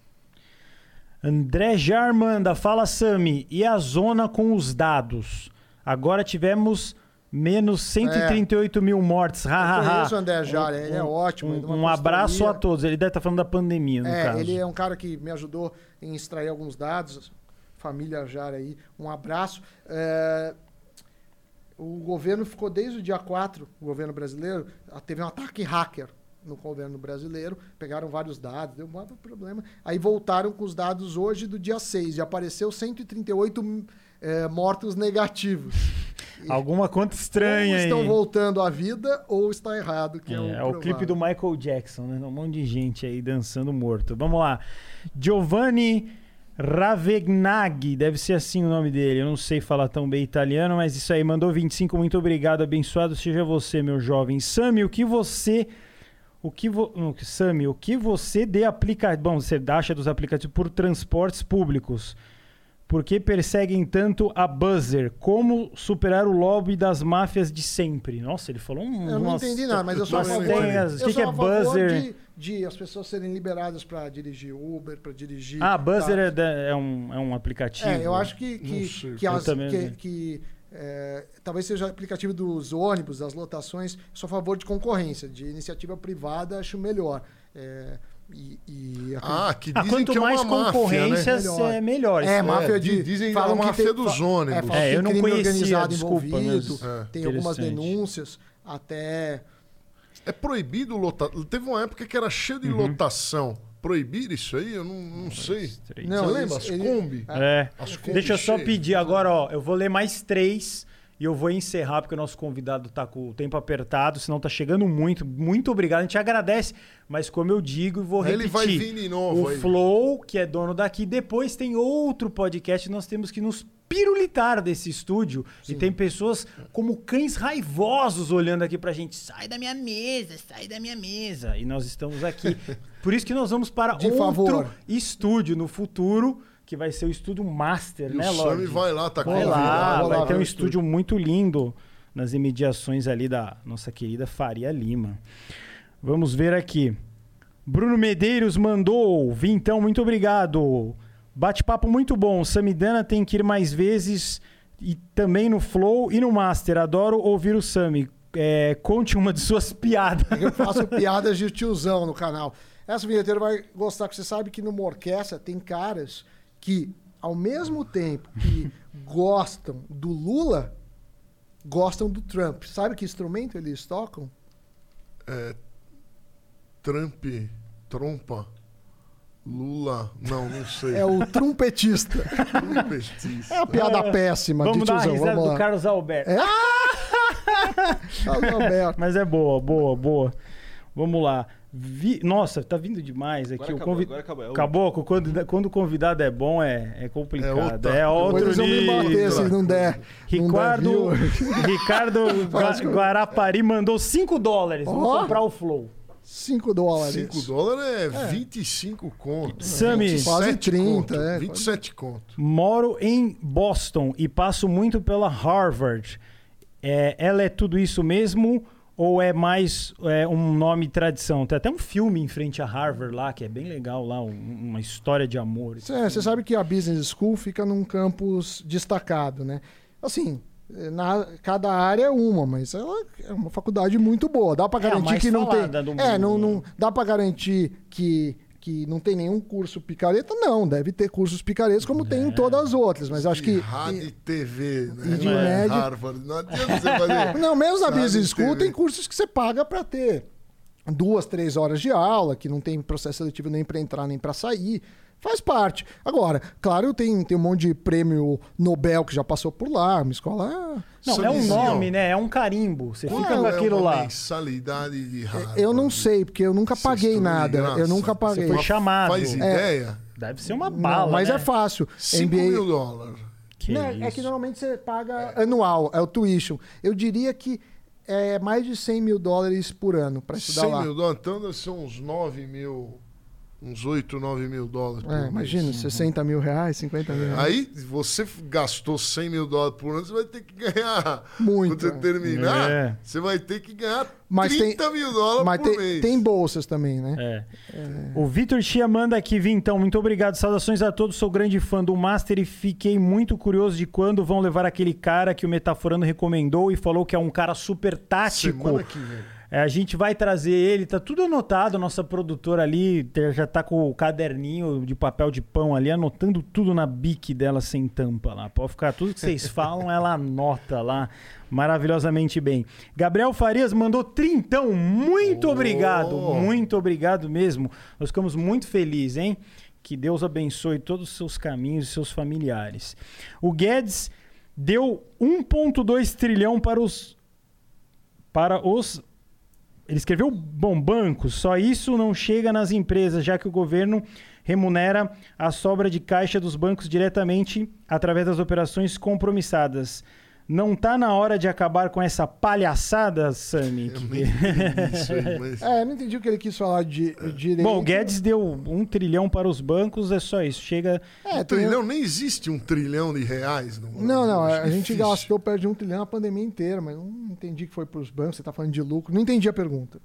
André Jarmanda, fala Sami, e a zona com os dados? Agora tivemos menos cento e trinta e oito mil mortes. Ha, ha, Eu ha. conheço o André Jara, ele é ótimo. ele é Um, uma um abraço a consultoria. todos. Ele deve estar falando da pandemia, no É, caso. ele é um cara que me ajudou em extrair alguns dados. Família Jara aí, um abraço. É, o governo ficou desde o dia quatro, o governo brasileiro, teve um ataque hacker no governo brasileiro, pegaram vários dados, deu um problema. Aí voltaram com os dados hoje do dia seis e apareceu cento e trinta e oito é, mortos negativos. Alguma conta estranha aí. Ou estão voltando à vida ou está errado. Que é, é, é o, o clipe do Michael Jackson, né? Um monte de gente aí dançando morto. Vamos lá. Giovanni Ravegnaghi, deve ser assim o nome dele. Eu não sei falar tão bem italiano, mas isso aí. Mandou vinte e cinco, muito obrigado. Abençoado seja você, meu jovem. Sami, o que você... O que vo... Sami, o que você dê aplicativo... Bom, você acha dos aplicativos por transportes públicos? Por que perseguem tanto a buzzer? Como superar o lobby das máfias de sempre? Nossa, ele falou um... Eu não umas... entendi nada, mas eu sou a favor, tenhas... eu que sou que é a favor buzzer? De, de as pessoas serem liberadas para dirigir Uber, para dirigir... Ah, buzzer é, tá? é, um, é um aplicativo? É, eu acho que... que, que, as, também, que, né? que é, talvez seja o aplicativo dos ônibus, das lotações. Sou a favor de concorrência, de iniciativa privada, acho melhor. É... E, e ah, que dizem ah, quanto que é mais uma concorrência, máfia, né? é melhor. É, máfia de... Dizem falam a máfia tem, dos ônibus. É, é, eu não crime conhecia, organizado desculpa, envolvido, mas... é. Tem algumas denúncias, até... É proibido lotar. Teve uma época que era cheio de uhum. lotação. Proibir isso aí? Eu não, não sei. Não, você lembra? As ele... Kombi? É. As Kombi Deixa eu só cheias. pedir agora, ó. Eu vou ler mais três e eu vou encerrar, porque o nosso convidado tá com o tempo apertado, senão tá chegando muito. Muito obrigado. A gente agradece, mas como eu digo, e vou Aí repetir. ele vai vir de novo. O aí. Flow, que é dono daqui, depois tem outro podcast, nós temos que nos pirulitar desse estúdio. Sim. E tem pessoas como cães raivosos olhando aqui pra gente. Sai da minha mesa, sai da minha mesa. E nós estamos aqui. Por isso que nós vamos para De outro favor. estúdio no futuro, que vai ser o estúdio Master, e né, o Lorde? Sami vai lá, tá Vai convidado. lá, vai lá, ter um vai estúdio muito lindo nas imediações ali da nossa querida Faria Lima. Vamos ver aqui. Bruno Medeiros mandou. Vintão, muito obrigado. Bate-papo muito bom. Samidana tem que ir mais vezes e também no Flow e no Master. Adoro ouvir o Sami. É, conte uma de suas piadas. Eu faço piadas de tiozão no canal. Essa vinheteira vai gostar, porque você sabe que numa orquestra tem caras que, ao mesmo tempo que gostam do Lula, gostam do Trump. Sabe que instrumento eles tocam? É, Trump, trompa, Lula, não, não sei. É o trompetista. Trompetista. É uma piada é, péssima vamos de dar tiozão. Vamos dar a risada vamos do lá. Carlos Alberto. É? Carlos Alberto. Mas é boa, boa, boa. Vamos lá. Vi... Nossa, tá vindo demais aqui. Agora o acabou, convi... agora acabou. É acabou? Quando, quando o convidado é bom, é, é complicado. É outra- É outro Depois eles vão me bater nível. se não der. Ricardo, não der view. Ricardo Gua- Guarapari mandou cinco dólares. Vamos Ó. comprar o Flow. cinco dólares. cinco dólares é vinte e cinco conto. Sami, vinte e sete quase trinta, conto, é. vinte e sete conto. Moro em Boston e passo muito pela Harvard. É, ela é tudo isso mesmo ou é mais é, um nome e tradição? Tem até um filme em frente a Harvard lá, que é bem legal lá, um- uma história de amor. É, você sabe que a Business School fica num campus destacado, né? Assim, na, cada área é uma, mas ela é uma faculdade muito boa. Dá para É a garantir mais que não tem. falada do É, mundo, não, né? não dá para garantir que que não tem nenhum curso picareta, não. Deve ter cursos picaretas como tem em todas as outras, mas acho que Rádio e T V, né? e de Não é média- Harvard. Não adianta você fazer. Não, mesmo na Rádio Business e School T V. tem cursos que você paga para ter duas, três horas de aula, que não tem processo seletivo nem para entrar nem para sair. Faz parte. Agora, claro, tem, tem um monte de prêmio Nobel que já passou por lá, uma escola. Não, é um Samizinho, nome, né? É um carimbo. Você fica Qual com é aquilo uma lá. mensalidade de Harvard? Eu não sei, porque eu nunca Vocês paguei estão de nada. graça. Eu nunca paguei. Você foi chamado. Faz ideia? Deve ser uma Não, bala, mas né? é fácil. cinco M B A mil dólares. Que Não, é isso. que normalmente você paga anual, é o tuition. Eu diria que é mais de cem mil dólares por ano para estudar cem lá. mil dólares, então deve ser uns nove mil, uns oito, nove mil dólares por É, mês. imagina, sessenta mil reais, cinquenta mil reais. Aí, você gastou cem mil dólares por ano, você vai ter que ganhar. Muito, Quando você é. terminar, É. você vai ter que ganhar Mas tem- trinta mil dólares Mas por tem, mês. tem bolsas também, né? É. O Vitor Chia manda aqui, Vintão, muito obrigado. Saudações a todos, sou grande fã do Master e fiquei muito curioso de quando vão levar aquele cara que o Metaforando recomendou e falou que é um cara super tático. Semana que vem. É, a gente vai trazer ele, tá tudo anotado, nossa produtora ali já tá com o caderninho de papel de pão ali, anotando tudo na bique dela sem tampa lá. Pode ficar, tudo que vocês falam, ela anota lá maravilhosamente bem. Gabriel Farias mandou trintão, muito oh. obrigado, muito obrigado mesmo. Nós ficamos muito felizes, hein? Que Deus abençoe todos os seus caminhos e seus familiares. O Guedes deu um vírgula dois trilhão para os... Para os... Ele escreveu, bom, bancos. Só isso não chega nas empresas, já que o governo remunera a sobra de caixa dos bancos diretamente através das operações compromissadas. Não tá na hora de acabar com essa palhaçada, Sami? Eu nem entendi isso aí, mas... É, eu não entendi o que ele quis falar de direito. Bom, o Guedes deu um trilhão para os bancos, é só isso. Chega... É, um trilhão, nem existe um trilhão de reais. No não, não, a gente difícil. gastou perto de um trilhão a pandemia inteira, mas não entendi que foi para os bancos, você tá falando de lucro. Não entendi a pergunta.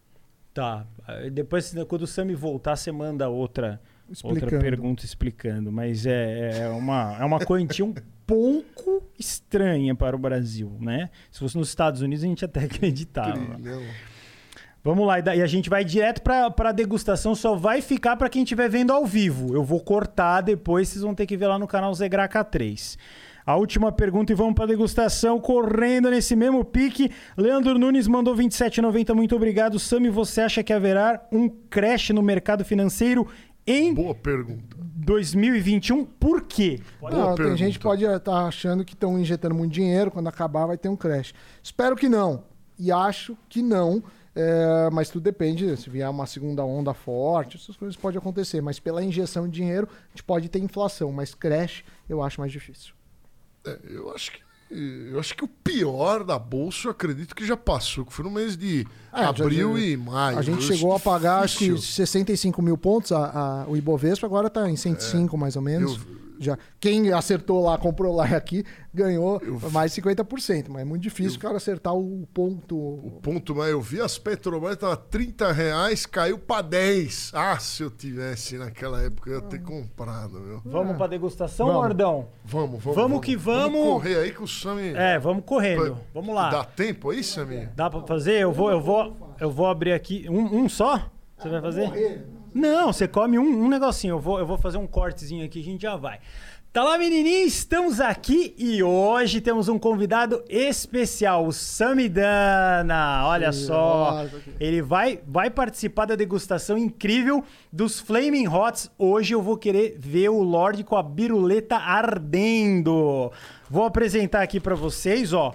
Tá, depois quando o Sami voltar, você manda outra, outra pergunta explicando. Mas é, é, uma, é uma quantia um pouco estranha para o Brasil, né? Se fosse nos Estados Unidos, a gente até acreditava. Trilhão. Vamos lá, e a gente vai direto para a degustação, só vai ficar para quem estiver vendo ao vivo. Eu vou cortar depois, vocês vão ter que ver lá no canal Zegra K três. A última pergunta e vamos para a degustação, correndo nesse mesmo pique. Leandro Nunes mandou vinte e sete reais e noventa centavos, muito obrigado. Sami, você acha que haverá um crash no mercado financeiro em Boa pergunta. dois mil e vinte e um? Por quê? Não, tem gente que pode estar achando que estão injetando muito dinheiro, quando acabar vai ter um crash. Espero que não, e acho que não. É, mas tudo depende, se vier uma segunda onda forte, essas coisas podem acontecer. Mas pela injeção de dinheiro, a gente pode ter inflação. Mas crash, eu acho mais difícil. É, eu acho que eu acho que o pior da Bolsa, eu acredito que já passou, que foi no mês de é, abril já, e maio. A gente chegou a pagar, acho que sessenta e cinco mil pontos, a, a, o Ibovespa agora está em cento e cinco, é, mais ou menos. Eu, Já. Quem acertou lá, comprou lá aqui, ganhou eu... mais de cinquenta por cento. Mas é muito difícil eu... o cara acertar o ponto. O ponto, mas eu vi as Petrobras, estava trinta reais, caiu para dez. Ah, se eu tivesse naquela época, eu ia ter comprado, meu. Vamos é. para degustação, vamos. Mordão? Vamos, vamos. Vamos que vamos. Vamos correr aí com o Sami. É, vamos correndo. Pra... Vamos lá. Dá tempo aí, Sami? Dá para fazer? Eu vou, eu vou, eu vou abrir aqui. Um, um só? Você vai fazer? Não, você come um, um negocinho. Eu vou, eu vou fazer um cortezinho aqui, a gente já vai. Tá lá, menininho, estamos aqui e hoje temos um convidado especial, o Samidana. Olha Sim, só, nossa. ele vai, vai participar da degustação incrível dos Flaming Hots. Hoje eu vou querer ver o Lorde com a biruleta ardendo. Vou apresentar aqui para vocês, ó,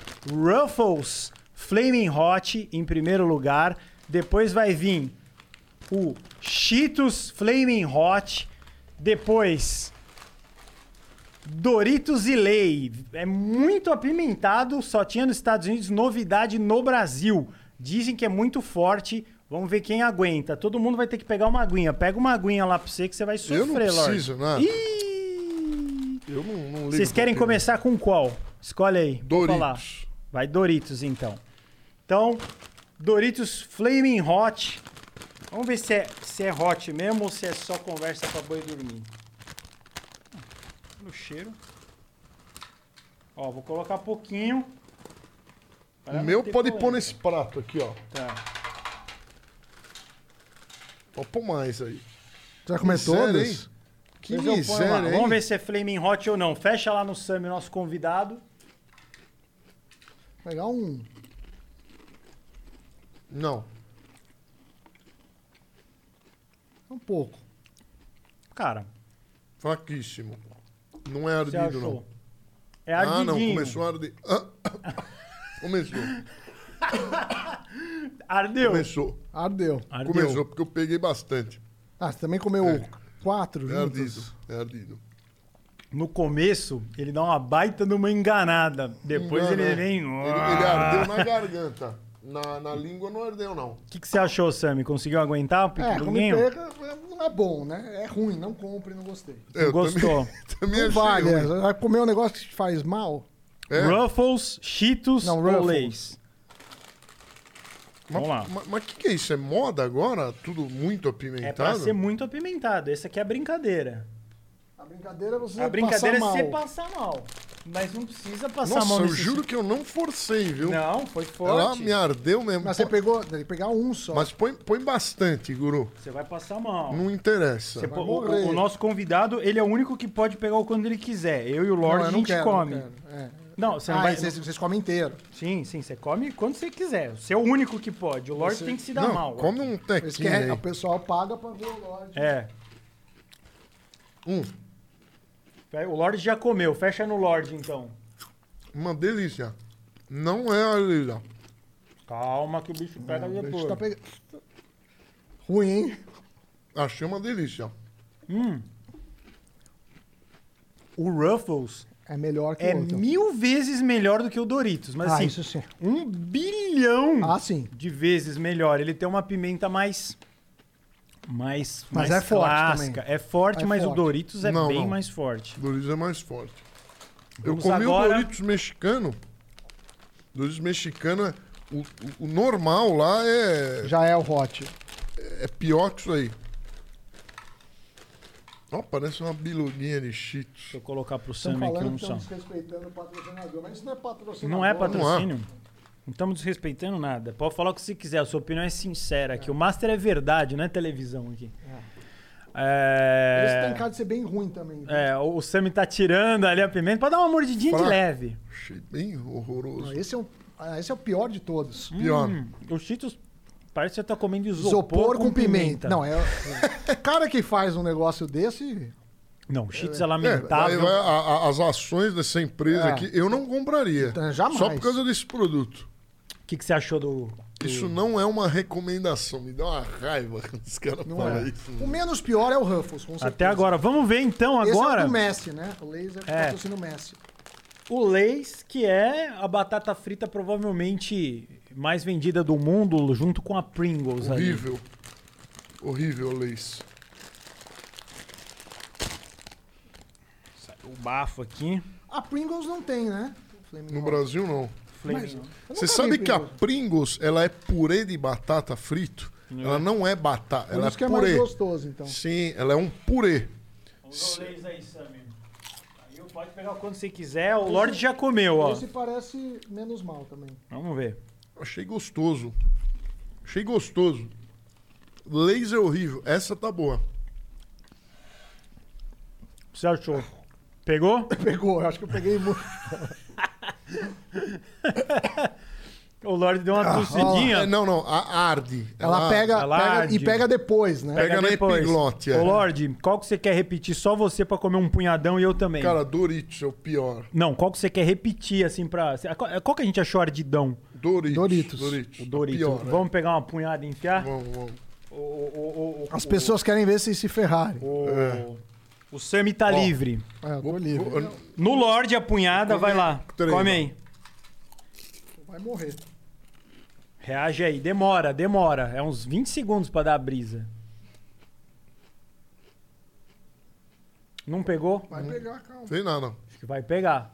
Ruffles Flaming Hot em primeiro lugar. Depois vai vir o Cheetos Flaming Hot. Depois... Doritos e Lay. É muito apimentado, só tinha nos Estados Unidos, novidade no Brasil. Dizem que é muito forte. Vamos ver quem aguenta. Todo mundo vai ter que pegar uma aguinha. Pega uma aguinha lá pra você que você vai sofrer, Lorde. Eu não preciso, nada. Ih! Eu não, não ligo. Vocês querem começar com qual? Escolhe aí. Doritos. Vai Doritos, então. Então, Doritos Flaming Hot. Vamos ver se é, se é hot mesmo ou se é só conversa pra boi dormir. O cheiro. Ó, vou colocar pouquinho. O meu pode pôr nesse prato aqui, ó. Tá. Pode pôr mais aí. Você vai comer todas? Que miséria, hein? Vamos ver se é Flaming Hot ou não. Fecha lá no Sami, nosso convidado. Vou pegar um... Não. Um pouco. Cara. Fraquíssimo. Não é ardido, não. É ardidinho. Ah, não. Começou a arder. Começou. Ardeu. Começou. Ardeu. Ardeu. Começou, porque eu peguei bastante. Ah, você também comeu é. quatro é juntos? Ardido. É ardido. No começo, ele dá uma baita numa enganada. Depois Engana. ele vem... Ele, ele ardeu na garganta. Na, na língua não ardeu, não. O que, que você achou, Sami? Conseguiu aguentar um é, pouquinho? Pega, não é bom, né? É ruim, não compre, não gostei. Eu Gostou? Também, também não vale, é. Vai comer um negócio que te faz mal? É? Ruffles, Cheetos não, ou Lays? Vamos lá. Mas o que, que é isso? É moda agora? Tudo muito apimentado? É pra ser muito apimentado. Essa aqui é a brincadeira. A brincadeira é você A brincadeira passar é mal. você passar mal. Mas não precisa passar a Nossa, mão eu nesse... juro que eu não forcei, viu? Não, foi forte. Ela me ardeu mesmo. Mas você pegou, tem que pegar um só. Mas põe, põe bastante, Guru. Você vai passar a mão. Não interessa. Você vai pô- morrer. o, o nosso convidado, ele é o único que pode pegar o quando ele quiser. Eu e o Lorde, Não, eu a não gente quero, come. não quero. É. Não, você não Ah, vai... vocês, vocês comem inteiro. Sim, sim, você come quando você quiser. Você é o único que pode. O Lorde Você- tem que se dar Não, mal. come um Eles tequinho querem, aí. o pessoal paga pra ver o Lorde. É. Hum, O Lorde já comeu. Fecha no Lorde, então. uma delícia. Não é a Lila. Calma que o bicho pega O bicho depois. tá pegando. Ruim, hein? Achei uma delícia. Hum. O Ruffles É melhor que é o outro. mil vezes melhor do que o Doritos. Mas Ah, assim, isso sim. um bilhão Ah, sim. de vezes melhor. Ele tem uma pimenta mais... Mais, Mas mais é forte clássica. também. É forte, É mas o forte. Doritos é Não, bem não. mais forte. Doritos é mais forte. Vamos eu comi agora- o Doritos mexicano. Doritos mexicano, é- o, o- o normal lá é, Já é o hot. é pior que isso aí. Ó, parece uma biluguinha de Cheetos. Deixa eu colocar pro Estão Sam aqui falando um que só. estão desrespeitando o patrocinador, mas isso não é patrocinador. Não é né? patrocínio. Não estamos desrespeitando nada. Pode falar o que você quiser. A sua opinião é sincera aqui. O Master é verdade, não é televisão aqui. Esse tem É... cara de ser bem ruim também. viu? É, o Sam tá tirando ali a pimenta. Pode dar uma mordidinha de Fraco. leve. Achei bem horroroso. Não, esse, é o, ah, esse é o pior de todos. Pior. Hum, o Cheetos parece que você tá comendo isopor, Isopor com, com pimenta. pimenta. Não, é. O cara que faz um negócio desse. Não, o Cheetos é É, vai- lamentável. vai- a- a- as ações dessa empresa É. aqui, eu não compraria. Então, jamais. Só por causa desse produto. O que, que você achou do... do- Isso não é uma recomendação. Me dá uma raiva quando os caras Não falam é. isso. O menos pior é o Ruffles, com certeza. Até agora. Vamos ver então Esse agora é o do Messi, né? O laser É. patrocina o Messi. o Lay's, que é a batata frita provavelmente mais vendida do mundo, junto com a Pringles ali. Horrível. Horrível, Leis. O bafo aqui. A Pringles não tem, né? No Brasil, não. Flaming. Eu Você nunca sabe vi que a Pringles. Pringles, ela é purê de batata frito? Ela não é batata, Por ela isso é que é purê. mais gostoso, então. Sim, ela é um purê. Vamos ver o Lay's aí, Sammy. Aí pode pegar quando você quiser. O Lorde já comeu, ó. Esse parece menos mal também. Vamos ver. Achei gostoso. Achei gostoso. Leis é horrível. Essa tá boa. O que você achou? Pegou? Pegou, eu acho que eu peguei muito. O Lorde deu uma tossidinha. É, não, não. A arde. Ela pega, ela pega arde. e pega depois, né? Pega na epiglote, é. Ô, Lorde, qual que você quer repetir só você pra comer um punhadão e eu também? Cara, Doritos é o pior. Não, qual que você quer repetir, assim, pra... Qual que a gente achou ardidão? Doritos. Doritos. Doritos. O Doritos. Pior, né? Vamos pegar uma punhada e enfiar? Vamos, vamos. O, o, o, o, As pessoas querem ver se se ferrarem. O, É. o Sammy tá Ó. livre. É, eu tô Vou- livre. vou- No Lorde, a punhada, vai lá. três, Come ó. aí. Vai morrer. Reage aí. Demora, demora. É uns vinte segundos pra dar a brisa. Não pegou? Vai pegar, calma. Sei nada. Acho que vai pegar.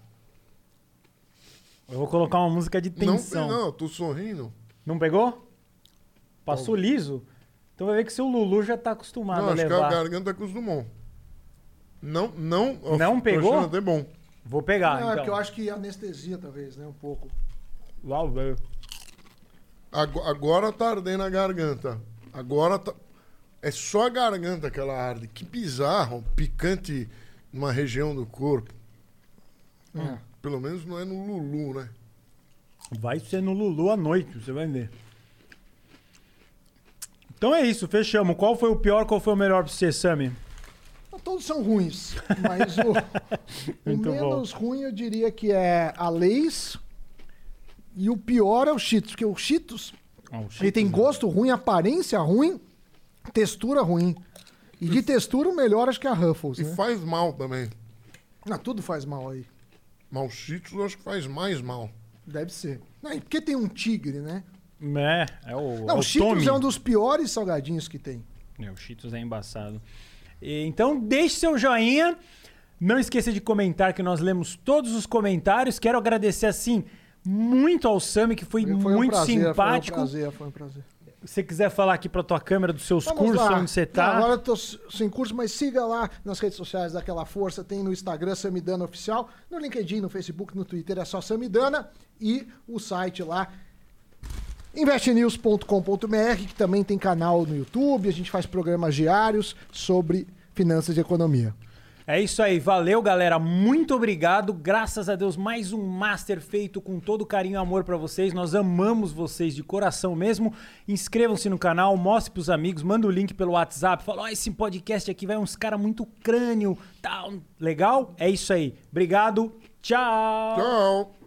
Eu vou colocar uma música de Não, tensão. não, eu tô sorrindo. Não pegou? Passou liso? Então vai ver que seu Lulu já tá acostumado Não, a acho que a levar. garganta acostumou. Não, não. ó, Não tô pegou? achando até bom. Vou pegar, Não, é então. porque eu acho que anestesia, talvez, né? Um pouco. Lá vai. Ago- Agora tá ardendo a garganta. Agora tá. É só a garganta que ela arde. Que bizarro. Picante numa região do corpo. É. Pelo menos não é no Lulu, né? Vai ser no Lulu à noite, você vai ver. Então é isso, fechamos. Qual foi o pior, qual foi o melhor pra você, Sammy? Todos são ruins, mas o, o Muito menos ruim eu diria que é a Lay's e o pior é o Cheetos, porque o Cheetos Ah, o ele tem gosto ruim, aparência ruim, textura ruim. E de textura o melhor acho que é a Ruffles, E né? faz mal também. Não, tudo faz mal aí. Mas o Cheetos eu acho que faz mais mal. Deve ser. Não, e porque tem um tigre, né? É, é o. Não, é o o Cheetos Tommy. é um dos piores salgadinhos que tem. É, o Cheetos é embaçado. E, então, deixe seu joinha. Não esqueça de comentar que nós lemos todos os comentários. Quero agradecer, assim, muito ao Sammy, que foi, Foi um muito prazer, simpático. Foi um prazer, foi um prazer. você quiser falar aqui pra tua câmera dos seus Vamos cursos, lá. onde você tá. Não, agora eu tô sem curso, mas siga lá nas redes sociais daquela força. Tem no Instagram Samidana Oficial, no LinkedIn, no Facebook, no Twitter é só Samidana e o site lá invest news ponto com ponto b r, que também tem canal no YouTube. A gente faz programas diários sobre finanças e economia. É isso aí, valeu galera, muito obrigado, graças a Deus mais um Master feito com todo carinho e amor pra vocês, nós amamos vocês de coração mesmo, inscrevam-se no canal, mostre pros amigos, manda o link pelo WhatsApp, fala, ó, esse podcast aqui vai uns cara muito crânio, tal, legal? É isso aí, obrigado, tchau! Tchau!